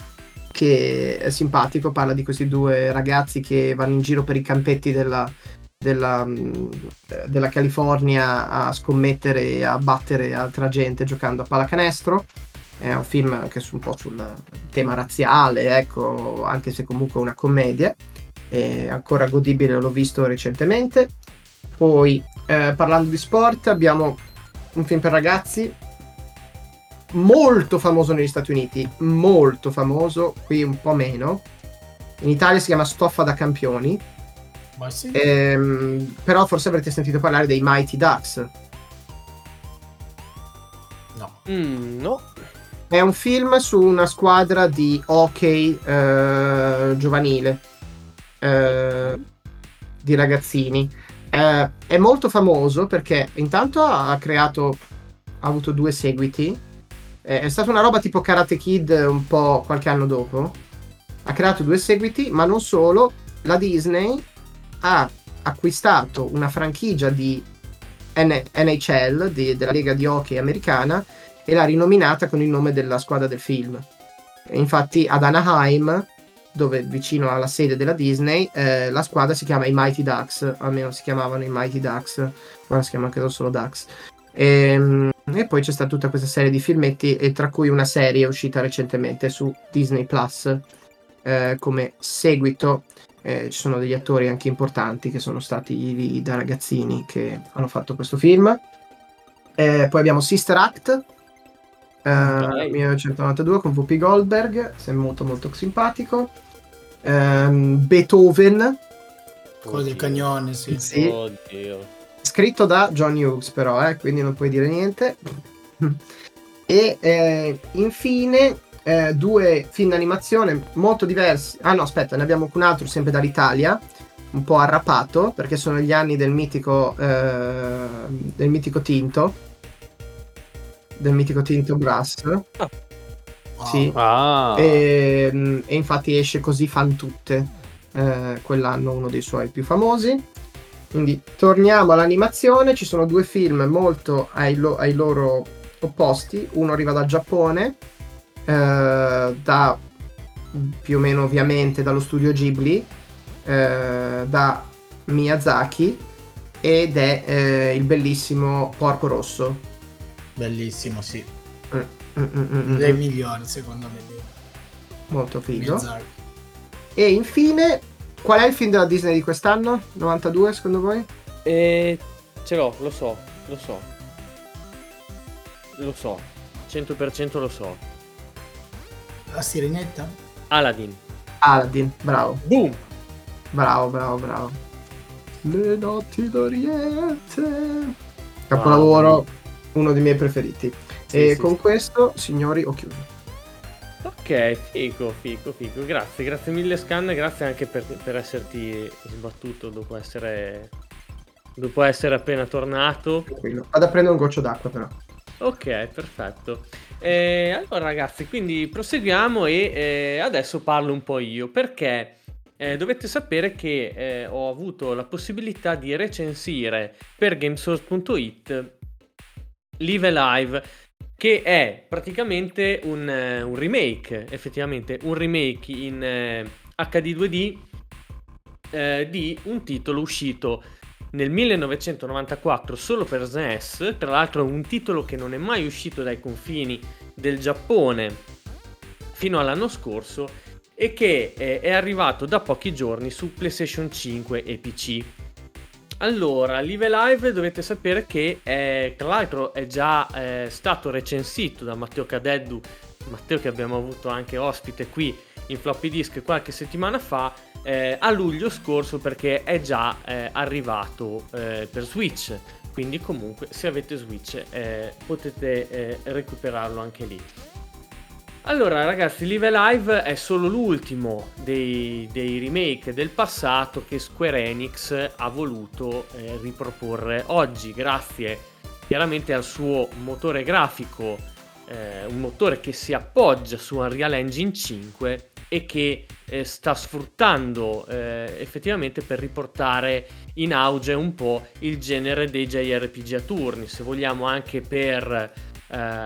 che è simpatico. Parla di questi 2 ragazzi che vanno in giro per i campetti della California a scommettere e a battere altra gente giocando a pallacanestro. È un film che è un po' sul tema razziale, ecco, anche se comunque è una commedia. È ancora godibile, l'ho visto recentemente. Poi parlando di sport abbiamo un film per ragazzi molto famoso negli Stati Uniti, molto famoso, qui un po' meno. In Italia si chiama Stoffa da campioni. Ma sì. Però forse avrete sentito parlare dei Mighty Ducks. No. No. È un film su una squadra di hockey giovanile di ragazzini. È molto famoso perché intanto ha avuto 2 seguiti. È stata una roba tipo Karate Kid un po' qualche anno dopo. Ha creato 2 seguiti, ma non solo. La Disney ha acquistato una franchigia di NHL, della Lega di Hockey americana, e l'ha rinominata con il nome della squadra del film. E infatti ad Anaheim, dove vicino alla sede della Disney, la squadra si chiama i Mighty Ducks, almeno si chiamavano i Mighty Ducks, ora si chiamano credo solo Ducks. E poi c'è stata tutta questa serie di filmetti, e tra cui una serie è uscita recentemente su Disney Plus come seguito. Ci sono degli attori anche importanti che sono stati lì da ragazzini che hanno fatto questo film. Poi abbiamo Sister Act 1992 con Whoopi Goldberg, è molto molto simpatico. Beethoven, quello del cagnone, sì. Oddio. Scritto da John Hughes però, quindi non puoi dire niente. E infine 2 film d'animazione molto diversi. Ne abbiamo un altro sempre dall'Italia, un po' arrapato, perché sono gli anni del mitico Tinto, Brass. Sì. E infatti esce Così fan tutte, quell'anno, uno dei suoi più famosi. Quindi torniamo all'animazione. Ci sono 2 film molto ai loro opposti. Uno arriva dal Giappone, da più o meno ovviamente dallo studio Ghibli, da Miyazaki, ed è il bellissimo Porco Rosso. Bellissimo, sì. Dei migliori secondo me. Molto figo. Miyazaki. E infine, qual è il film della Disney di quest'anno? 92 secondo voi? Ce l'ho, lo so. 100% lo so. La Sirenetta? Aladdin, bravo. Boom. Bravo. Le notti d'Oriente. Capolavoro, uno dei miei preferiti. Sì. Con questo, signori, ho chiuso. Ok, figo. Grazie mille Scan, grazie anche per esserti sbattuto dopo essere appena tornato. Vado a prendere un goccio d'acqua però. Ok, perfetto. Allora ragazzi, quindi proseguiamo e adesso parlo un po' io, perché dovete sapere che ho avuto la possibilità di recensire per Gamesource.it Live Alive, che è praticamente un remake, effettivamente un remake in HD 2D di un titolo uscito nel 1994 solo per SNES. Tra l'altro è un titolo che non è mai uscito dai confini del Giappone fino all'anno scorso e che è arrivato da pochi giorni su PlayStation 5 e PC. Allora, Live Alive dovete sapere che tra l'altro è già stato recensito da Matteo Cadeddu, Matteo che abbiamo avuto anche ospite qui in Floppy Disk qualche settimana fa, a luglio scorso, perché è già arrivato per Switch, quindi comunque se avete Switch potete recuperarlo anche lì. Allora ragazzi, Live Alive è solo l'ultimo dei remake del passato che Square Enix ha voluto riproporre oggi, grazie chiaramente al suo motore grafico, un motore che si appoggia su Unreal Engine 5 e che sta sfruttando effettivamente per riportare in auge un po' il genere dei JRPG a turni, se vogliamo anche per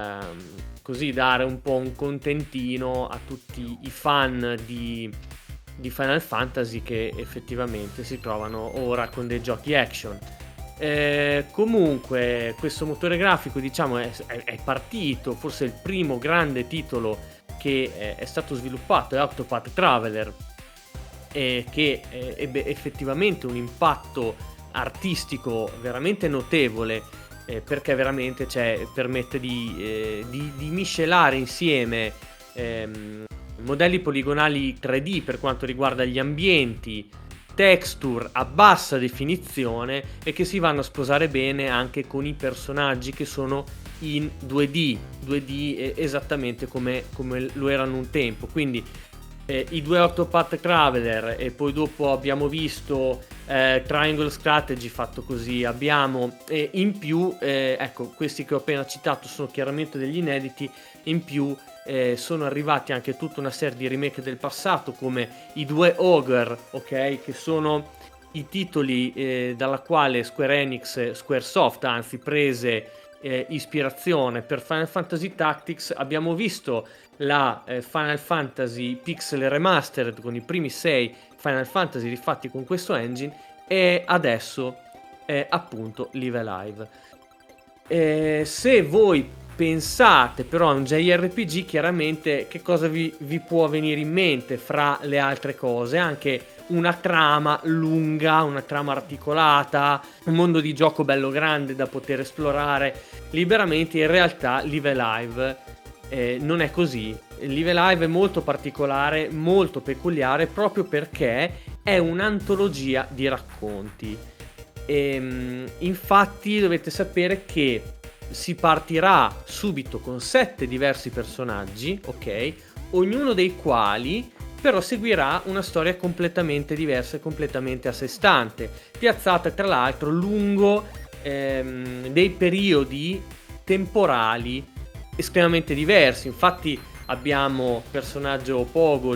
così dare un po' un contentino a tutti i fan di Final Fantasy che effettivamente si trovano ora con dei giochi action. Comunque questo motore grafico, diciamo, è partito, forse il primo grande titolo che è stato sviluppato è Octopath Traveler, che ebbe effettivamente un impatto artistico veramente notevole, perché veramente permette di miscelare insieme modelli poligonali 3D per quanto riguarda gli ambienti, texture a bassa definizione, e che si vanno a sposare bene anche con i personaggi che sono in 2D esattamente come lo erano un tempo. Quindi i due Octopath Traveler, e poi dopo abbiamo visto Triangle Strategy fatto così, abbiamo in più ecco, questi che ho appena citato sono chiaramente degli inediti, in più sono arrivati anche tutta una serie di remake del passato, come i due Ogre, ok, che sono i titoli dalla quale Squaresoft anzi prese ispirazione per Final Fantasy Tactics. Abbiamo visto la Final Fantasy Pixel Remastered con i primi 6 Final Fantasy rifatti con questo engine, e adesso appunto Live Alive. Se voi pensate però a un JRPG, chiaramente che cosa vi può venire in mente fra le altre cose? Anche una trama lunga, una trama articolata, un mondo di gioco bello grande da poter esplorare liberamente. In realtà Live Alive non è così. Live Alive è molto particolare, molto peculiare, proprio perché è un'antologia di racconti. Infatti dovete sapere che si partirà subito con 7 diversi personaggi, ok? Ognuno dei quali però seguirà una storia completamente diversa e completamente a sé stante, piazzata tra l'altro lungo dei periodi temporali estremamente diversi. Infatti abbiamo il personaggio Pogo,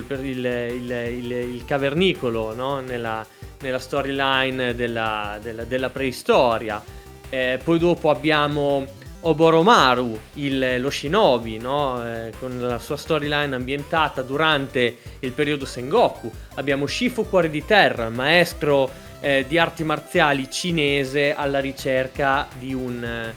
il cavernicolo, no? nella storyline della preistoria. Poi dopo abbiamo Oboromaru, lo shinobi, no? Con la sua storyline ambientata durante il periodo Sengoku. Abbiamo Shifu Cuore di Terra, maestro di arti marziali cinese alla ricerca di un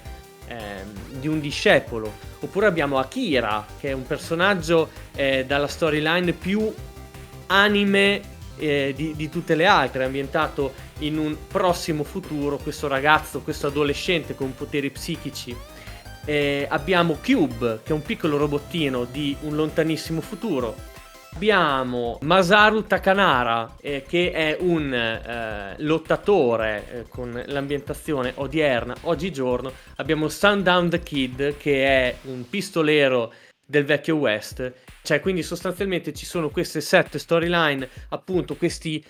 discepolo. Oppure abbiamo Akira, che è un personaggio dalla storyline più anime di tutte le altre, ambientato in un prossimo futuro. Questo ragazzo, questo adolescente con poteri psichici. Abbiamo Cube, che è un piccolo robottino di un lontanissimo futuro. Abbiamo Masaru Takanara, che è un lottatore con l'ambientazione odierna, oggigiorno. Abbiamo Sundown the Kid, che è un pistolero del vecchio West. Cioè, quindi sostanzialmente ci sono queste 7 storyline, appunto questi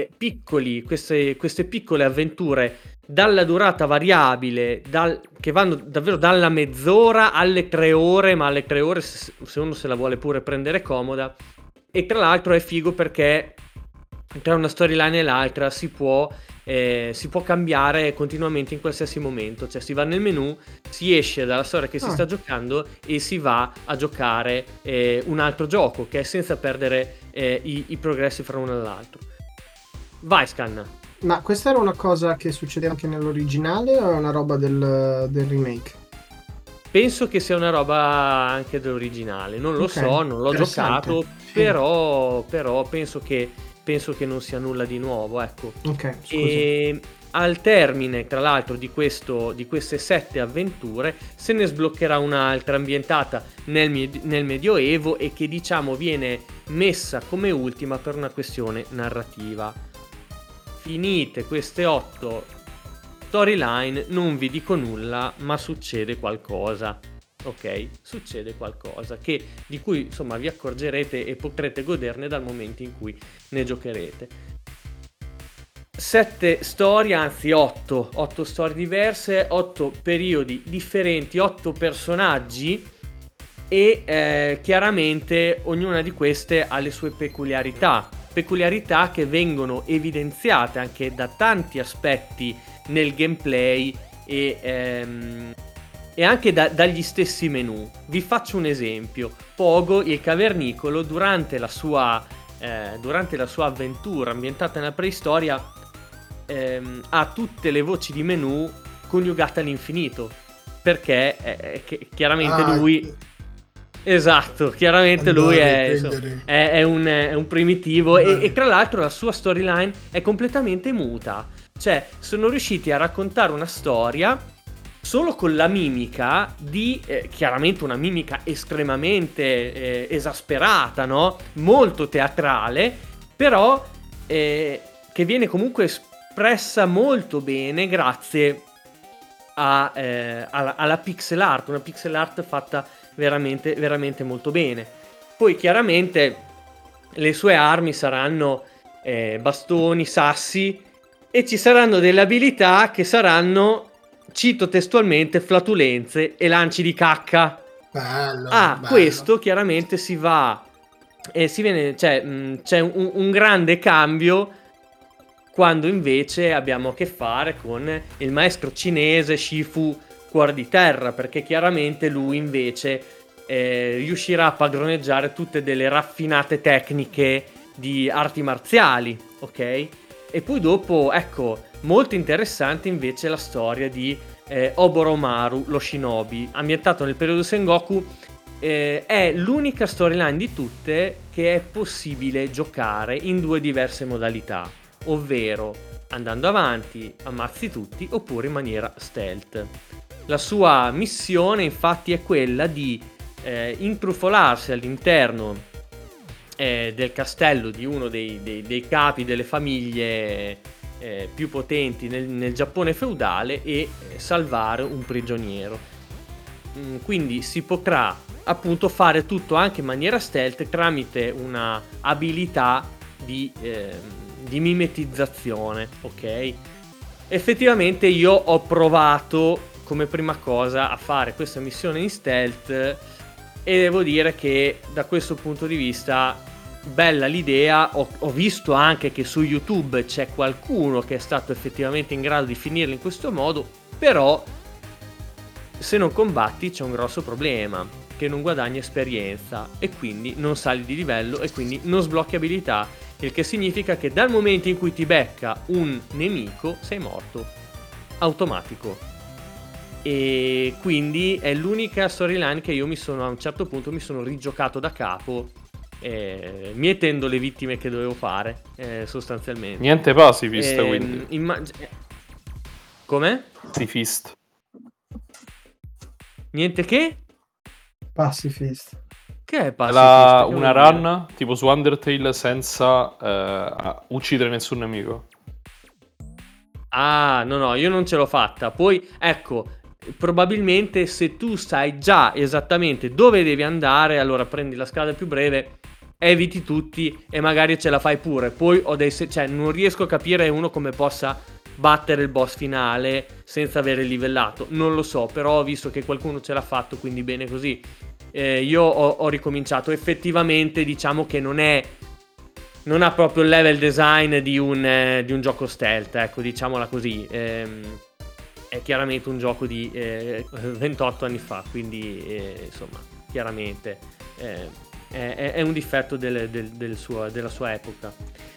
queste piccole avventure dalla durata variabile, che vanno davvero dalla mezz'ora alle 3 ore, ma alle 3 ore se uno se la vuole pure prendere comoda. E tra l'altro è figo perché tra una storyline e l'altra si può cambiare continuamente in qualsiasi momento. Cioè si va nel menu, si esce dalla storia che si sta giocando e si va a giocare un altro gioco, che è senza perdere i progressi fra uno e l'altro. Vai Scanna. Ma questa era una cosa che succede anche nell'originale o è una roba del remake? Penso che sia una roba anche dell'originale, non lo so, non l'ho giocato, però penso che non sia nulla di nuovo, ecco. Ok, scusa. E al termine, tra l'altro, di queste 7 avventure se ne sbloccherà un'altra ambientata nel Medioevo e che, diciamo, viene messa come ultima per una questione narrativa. Finite queste 8 storyline, non vi dico nulla, ma succede qualcosa. Ok, succede qualcosa di cui insomma vi accorgerete e potrete goderne dal momento in cui ne giocherete. 7 storie, anzi 8 storie diverse, 8 periodi differenti, 8 personaggi, e chiaramente ognuna di queste ha le sue peculiarità che vengono evidenziate anche da tanti aspetti nel gameplay e anche dagli stessi menu. Vi faccio un esempio. Pogo, il cavernicolo, durante la sua durante la sua avventura ambientata nella preistoria, ha tutte le voci di menu coniugate all'infinito, perché chiaramente lui... Esatto, chiaramente lui è un primitivo e tra l'altro la sua storyline è completamente muta. Cioè, sono riusciti a raccontare una storia solo con la mimica di chiaramente una mimica estremamente esasperata, no? Molto teatrale, però che viene comunque espressa molto bene grazie alla pixel art, una pixel art fatta veramente, veramente molto bene. Poi chiaramente le sue armi saranno bastoni, sassi, e ci saranno delle abilità che saranno, cito testualmente, flatulenze e lanci di cacca. Bello. Questo chiaramente si va c'è un grande cambio quando invece abbiamo a che fare con il maestro cinese Shifu Cuore di Terra, perché chiaramente lui invece riuscirà a padroneggiare tutte delle raffinate tecniche di arti marziali, ok? E poi dopo, ecco, molto interessante invece la storia di Oboromaru, lo shinobi, ambientato nel periodo Sengoku. È l'unica storyline di tutte che è possibile giocare in 2 diverse modalità, ovvero andando avanti, ammazzi tutti, oppure in maniera stealth. La sua missione infatti è quella di intrufolarsi all'interno del castello di uno dei capi delle famiglie più potenti nel Giappone feudale e salvare un prigioniero. Quindi si potrà appunto fare tutto anche in maniera stealth tramite una abilità di mimetizzazione, ok? Effettivamente io ho provato come prima cosa a fare questa missione in stealth e devo dire che da questo punto di vista bella l'idea. Ho visto anche che su YouTube c'è qualcuno che è stato effettivamente in grado di finirla in questo modo, però se non combatti c'è un grosso problema, che non guadagni esperienza e quindi non sali di livello e quindi non sblocchi abilità, il che significa che dal momento in cui ti becca un nemico sei morto, automatico. E quindi è l'unica storyline che io a un certo punto mi sono rigiocato da capo, mietendo le vittime che dovevo fare, sostanzialmente. Niente pacifist, quindi. Come? Pacifist. Niente che? Pacifist. Che è pacifist? Una run tipo su Undertale senza uccidere nessun nemico. No, io non ce l'ho fatta. Poi, ecco, probabilmente se tu sai già esattamente dove devi andare, allora prendi la strada più breve, eviti tutti e magari ce la fai pure. Poi non riesco a capire uno come possa battere il boss finale senza avere livellato. Non lo so, però ho visto che qualcuno ce l'ha fatto, quindi bene così. Io ho ricominciato. Effettivamente diciamo che non ha proprio il level design di un gioco stealth, ecco, diciamola così. È chiaramente un gioco di 28 anni fa, quindi insomma, chiaramente è un difetto della sua epoca.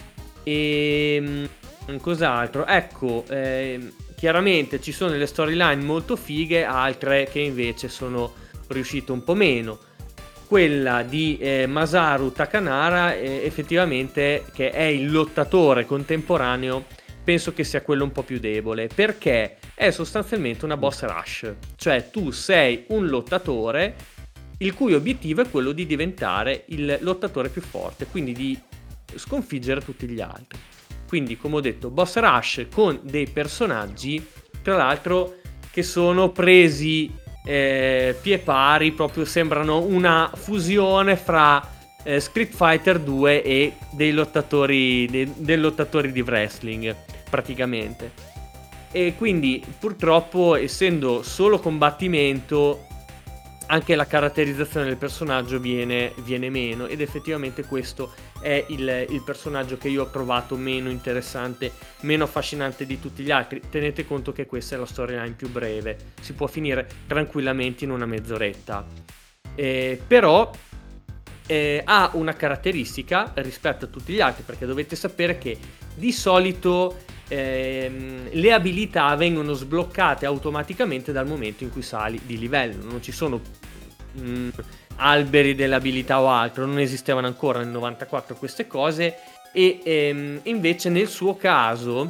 E cos'altro? Ecco, chiaramente ci sono delle storyline molto fighe, altre che invece sono riuscite un po' meno. Quella di Masaru Takanara, effettivamente, che è il lottatore contemporaneo, penso che sia quello un po' più debole, perché è sostanzialmente una boss rush. Cioè tu sei un lottatore il cui obiettivo è quello di diventare il lottatore più forte, quindi di sconfiggere tutti gli altri. Quindi, come ho detto, boss rush con dei personaggi, tra l'altro, che sono presi pie pari, proprio sembrano una fusione fra Street Fighter 2 e dei lottatori di wrestling, praticamente. E quindi purtroppo, essendo solo combattimento, anche la caratterizzazione del personaggio viene meno, ed effettivamente questo è il personaggio che io ho trovato meno interessante, meno affascinante di tutti gli altri. Tenete conto che questa è la storyline più breve, si può finire tranquillamente in una mezz'oretta, però ha una caratteristica rispetto a tutti gli altri, perché dovete sapere che di solito le abilità vengono sbloccate automaticamente dal momento in cui sali di livello. Non ci sono alberi delle abilità o altro, non esistevano ancora nel 94 queste cose, e invece nel suo caso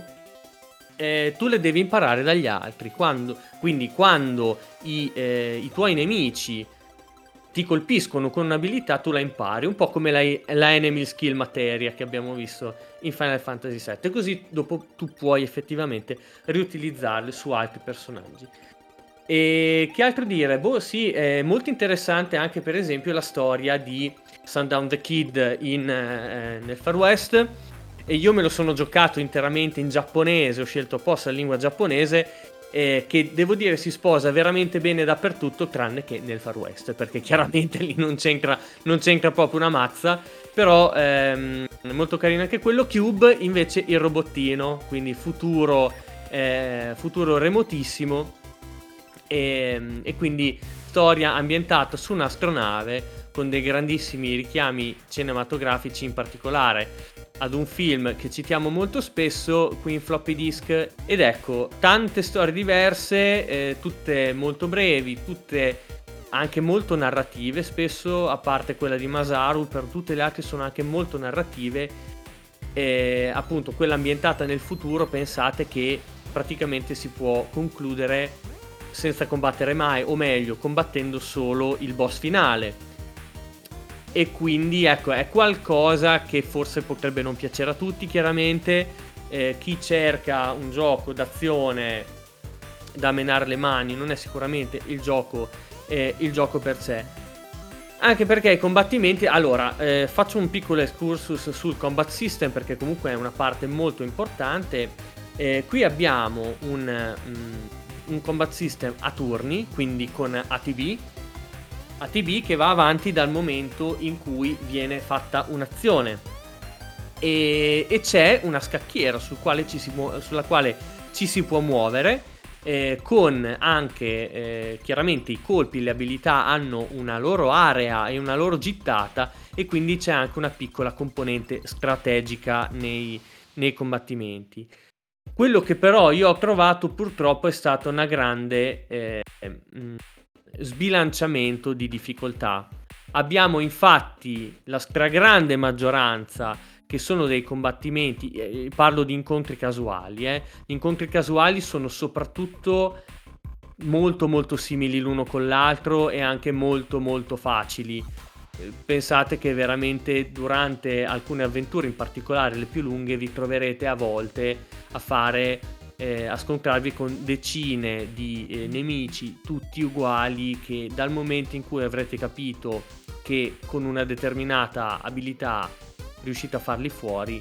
tu le devi imparare dagli altri. Quindi quando i tuoi nemici ti colpiscono con un'abilità, tu la impari, un po' come la enemy skill materia che abbiamo visto in Final Fantasy VII, così dopo tu puoi effettivamente riutilizzarle su altri personaggi. E che altro dire? Sì, è molto interessante anche per esempio la storia di Sundown the Kid nel Far West, e io me lo sono giocato interamente in giapponese, ho scelto apposta la lingua giapponese, che devo dire si sposa veramente bene dappertutto tranne che nel Far West, perché chiaramente lì non c'entra proprio una mazza, però molto carino anche quello. Cube invece il robottino, quindi futuro remotissimo, e quindi storia ambientata su un'astronave con dei grandissimi richiami cinematografici, in particolare ad un film che citiamo molto spesso qui in Floppy Disk. Ed ecco, tante storie diverse, tutte molto brevi, tutte anche molto narrative, spesso, a parte quella di Masaru, per tutte le altre sono anche molto narrative. Appunto, quella ambientata nel futuro, pensate che praticamente si può concludere senza combattere mai, o meglio, combattendo solo il boss finale. E quindi ecco, è qualcosa che forse potrebbe non piacere a tutti, chiaramente. Chi cerca un gioco d'azione da menare le mani non è sicuramente il gioco per sé, anche perché i combattimenti, allora faccio un piccolo excursus sul combat system, perché comunque è una parte molto importante. Qui abbiamo un combat system a turni, quindi con ATB che va avanti dal momento in cui viene fatta un'azione, e c'è una scacchiera sulla quale ci si può muovere, con anche chiaramente i colpi, le abilità hanno una loro area e una loro gittata, e quindi c'è anche una piccola componente strategica nei combattimenti. Quello che però io ho trovato purtroppo è stato una grande sbilanciamento di difficoltà. Abbiamo infatti la stragrande maggioranza che sono dei combattimenti, parlo di incontri casuali, gli incontri casuali sono soprattutto molto molto simili l'uno con l'altro, e anche molto molto facili. Pensate che veramente durante alcune avventure, in particolare le più lunghe, vi troverete a volte a scontrarvi con decine di nemici tutti uguali, che dal momento in cui avrete capito che con una determinata abilità riuscite a farli fuori,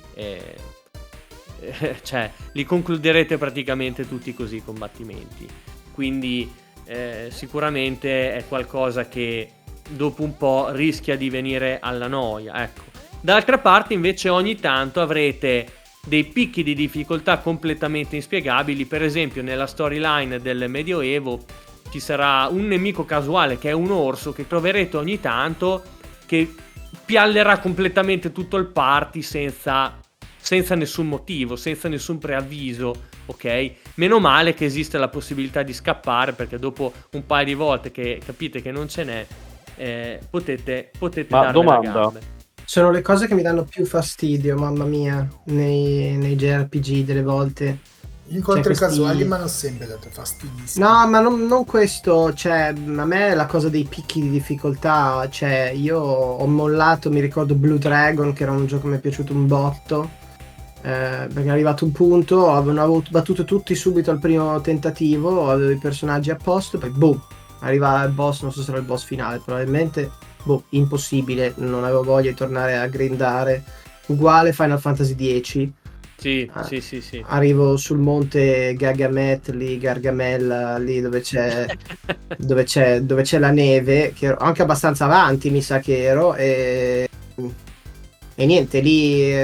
cioè li concluderete praticamente tutti così i combattimenti. Quindi sicuramente è qualcosa che dopo un po' rischia di venire alla noia, ecco. D'altra parte invece ogni tanto avrete dei picchi di difficoltà completamente inspiegabili. Per esempio nella storyline del Medioevo ci sarà un nemico casuale che è un orso, che troverete ogni tanto, che piallerà completamente tutto il party senza nessun motivo, senza nessun preavviso, ok? Meno male che esiste la possibilità di scappare, perché dopo un paio di volte che capite che non ce n'è, potete darle la gambe. Sono le cose che mi danno più fastidio, mamma mia, nei JRPG delle volte. Gli incontri casuali mi hanno sempre dato fastidio. No, ma non questo, cioè, a me la cosa dei picchi di difficoltà, cioè, io ho mollato, mi ricordo Blue Dragon, che era un gioco che mi è piaciuto un botto, perché è arrivato un punto, avevo battuto tutti subito al primo tentativo, avevo i personaggi a posto, poi boom, arriva il boss, non so se era il boss finale, probabilmente... impossibile, non avevo voglia di tornare a grindare. Uguale Final Fantasy X. Sì. Arrivo sul monte Gargamella, lì dove c'è la neve, che ero anche abbastanza avanti, mi sa che ero, e niente, lì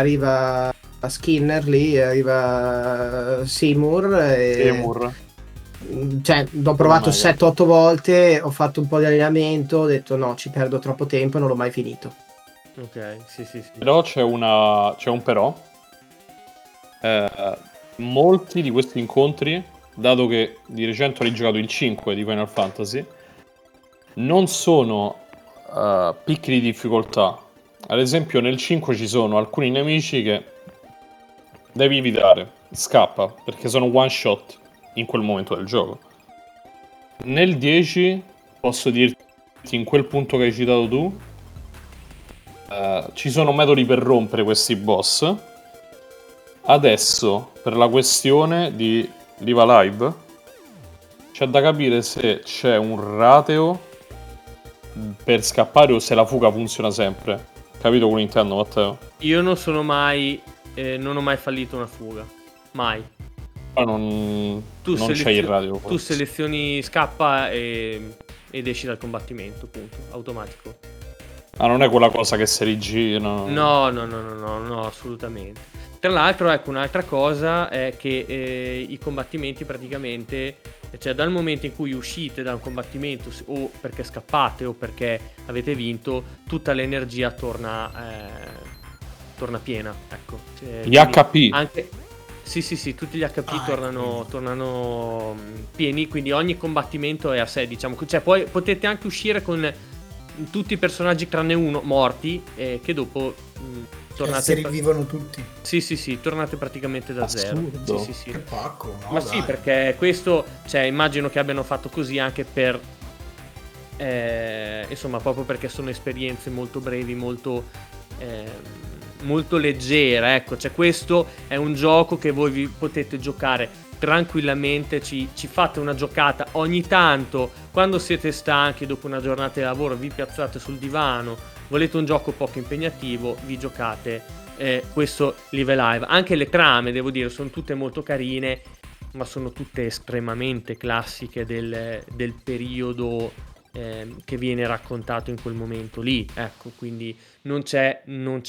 arriva Skinner, lì arriva Seymour. cioè l'ho provato 7-8 volte, ho fatto un po' di allenamento, ho detto no, ci perdo troppo tempo e non l'ho mai finito. Ok, sì. Però c'è un però. Molti di questi incontri, dato che di recente ho rigiocato il 5 di Final Fantasy, non sono picchi di difficoltà. Ad esempio nel 5 ci sono alcuni nemici che devi evitare, scappa, perché sono one shot in quel momento del gioco. Nel 10 posso dirti, in quel punto che hai citato tu, ci sono metodi per rompere questi boss. Adesso, per la questione di Live Alive, c'è da capire se c'è un rateo per scappare o se la fuga funziona sempre. Capito quello che intendo, Matteo? Io non ho mai fallito una fuga. Mai. Ma non c'è il rateo. Tu selezioni scappa ed esci dal combattimento, punto. Automatico. Ah, non è quella cosa che si rigira? No, assolutamente. Tra l'altro, ecco, un'altra cosa è che i combattimenti praticamente, cioè dal momento in cui uscite da un combattimento o perché scappate o perché avete vinto, tutta l'energia torna piena, ecco. Gli HP. Anche sì, tutti gli HP tornano pieni, quindi ogni combattimento è a sé, diciamo. Cioè poi potete anche uscire con tutti i personaggi tranne uno morti, che dopo tornate, si rivivono tutti. Sì, tornate praticamente da Assurdo. zero. Sì. Che pacco, no? Ma dai. sì, perché questo, cioè, immagino che abbiano fatto così anche per insomma, proprio perché sono esperienze molto brevi, molto leggere, ecco. Cioè, questo è un gioco che voi vi potete giocare tranquillamente, ci fate una giocata ogni tanto, quando siete stanchi dopo una giornata di lavoro, vi piazzate sul divano, volete un gioco poco impegnativo, vi giocate questo Live Alive. Anche le trame, devo dire, sono tutte molto carine, ma sono tutte estremamente classiche del periodo che viene raccontato in quel momento lì, ecco. Quindi non c'è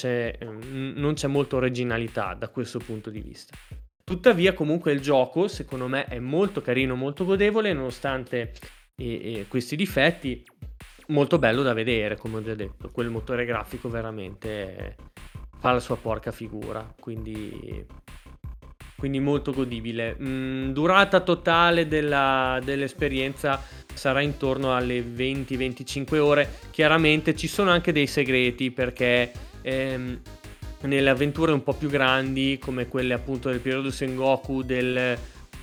molta originalità da questo punto di vista. Tuttavia, comunque, il gioco secondo me è molto carino, molto godevole, nonostante questi difetti. Molto bello da vedere, come ho già detto. Quel motore grafico veramente fa la sua porca figura, quindi molto godibile. Durata totale dell'esperienza sarà intorno alle 20-25 ore. Chiaramente ci sono anche dei segreti, perché nelle avventure un po' più grandi, come quelle appunto del periodo Sengoku, del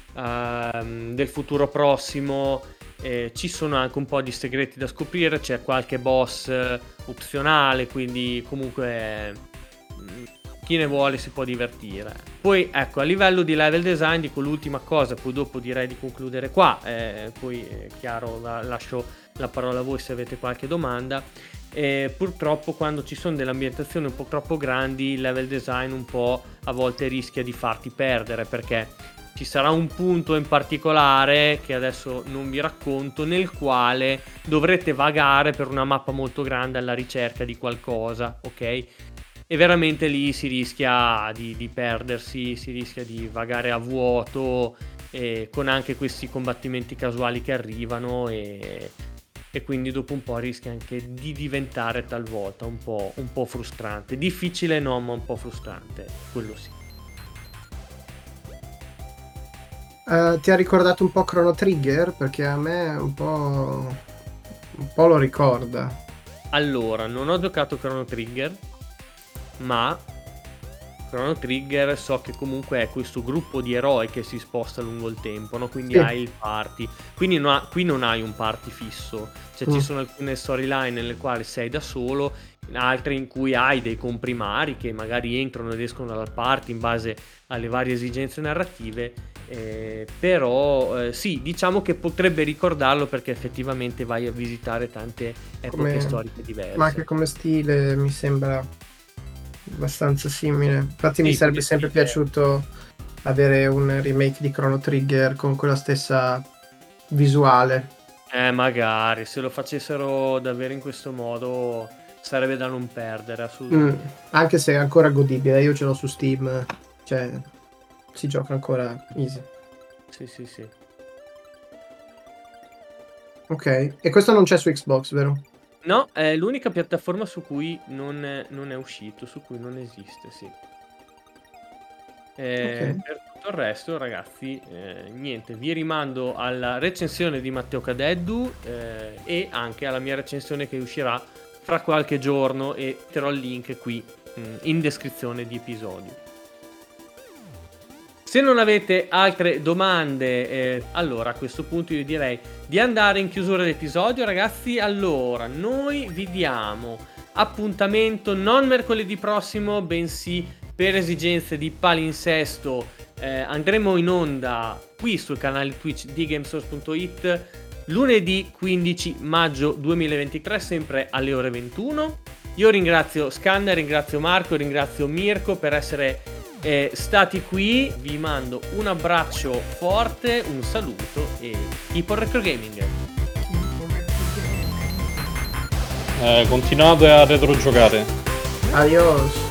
futuro prossimo, ci sono anche un po' di segreti da scoprire. C'è qualche boss opzionale, quindi comunque chi ne vuole si può divertire. Poi ecco, a livello di level design, dico l'ultima cosa, poi dopo direi di concludere qua, poi chiaro, lascio la parola a voi se avete qualche domanda. Purtroppo quando ci sono delle ambientazioni un po' troppo grandi, il level design un po' a volte rischia di farti perdere, perché ci sarà un punto in particolare che adesso non vi racconto, nel quale dovrete vagare per una mappa molto grande alla ricerca di qualcosa, ok? E veramente lì si rischia di perdersi, si rischia di vagare a vuoto, con anche questi combattimenti casuali che arrivano, e quindi dopo un po' rischia anche di diventare talvolta un po' frustrante. Difficile no, ma un po' frustrante, quello sì. Ti ha ricordato un po' Chrono Trigger? Perché a me un po' lo ricorda. Allora, non ho giocato Chrono Trigger, ma Chrono Trigger so che comunque è questo gruppo di eroi che si sposta lungo il tempo, no? Quindi hai il party. Quindi qui non hai un party fisso. Cioè ci sono alcune storyline nelle quali sei da solo, altre in cui hai dei comprimari che magari entrano ed escono dal party in base alle varie esigenze narrative. Però sì, diciamo che potrebbe ricordarlo, perché effettivamente vai a visitare tante epoche storiche diverse. Ma anche come stile mi sembra abbastanza simile. Infatti mi sarebbe sempre piaciuto avere un remake di Chrono Trigger con quella stessa visuale. Magari se lo facessero davvero in questo modo sarebbe da non perdere, assolutamente. Anche se è ancora godibile, io ce l'ho su Steam, cioè si gioca ancora easy. Sì. Ok, e questo non c'è su Xbox, vero? No, è l'unica piattaforma su cui non è uscito, su cui non esiste, sì. Per tutto il resto, ragazzi, niente, vi rimando alla recensione di Matteo Cadeddu e anche alla mia recensione che uscirà fra qualche giorno e metterò il link qui in descrizione di episodio. Se non avete altre domande, allora a questo punto io direi di andare in chiusura dell'episodio, ragazzi. Allora, noi vi diamo appuntamento non mercoledì prossimo, bensì per esigenze di palinsesto andremo in onda qui sul canale Twitch di Gamesource.it lunedì 15 maggio 2023, sempre alle ore 21. Io ringrazio Scanner, ringrazio Marco, ringrazio Mirko per essere stati qui. Vi mando un abbraccio forte, un saluto e keep on retro gaming. Continuate a retrogiocare. Adios.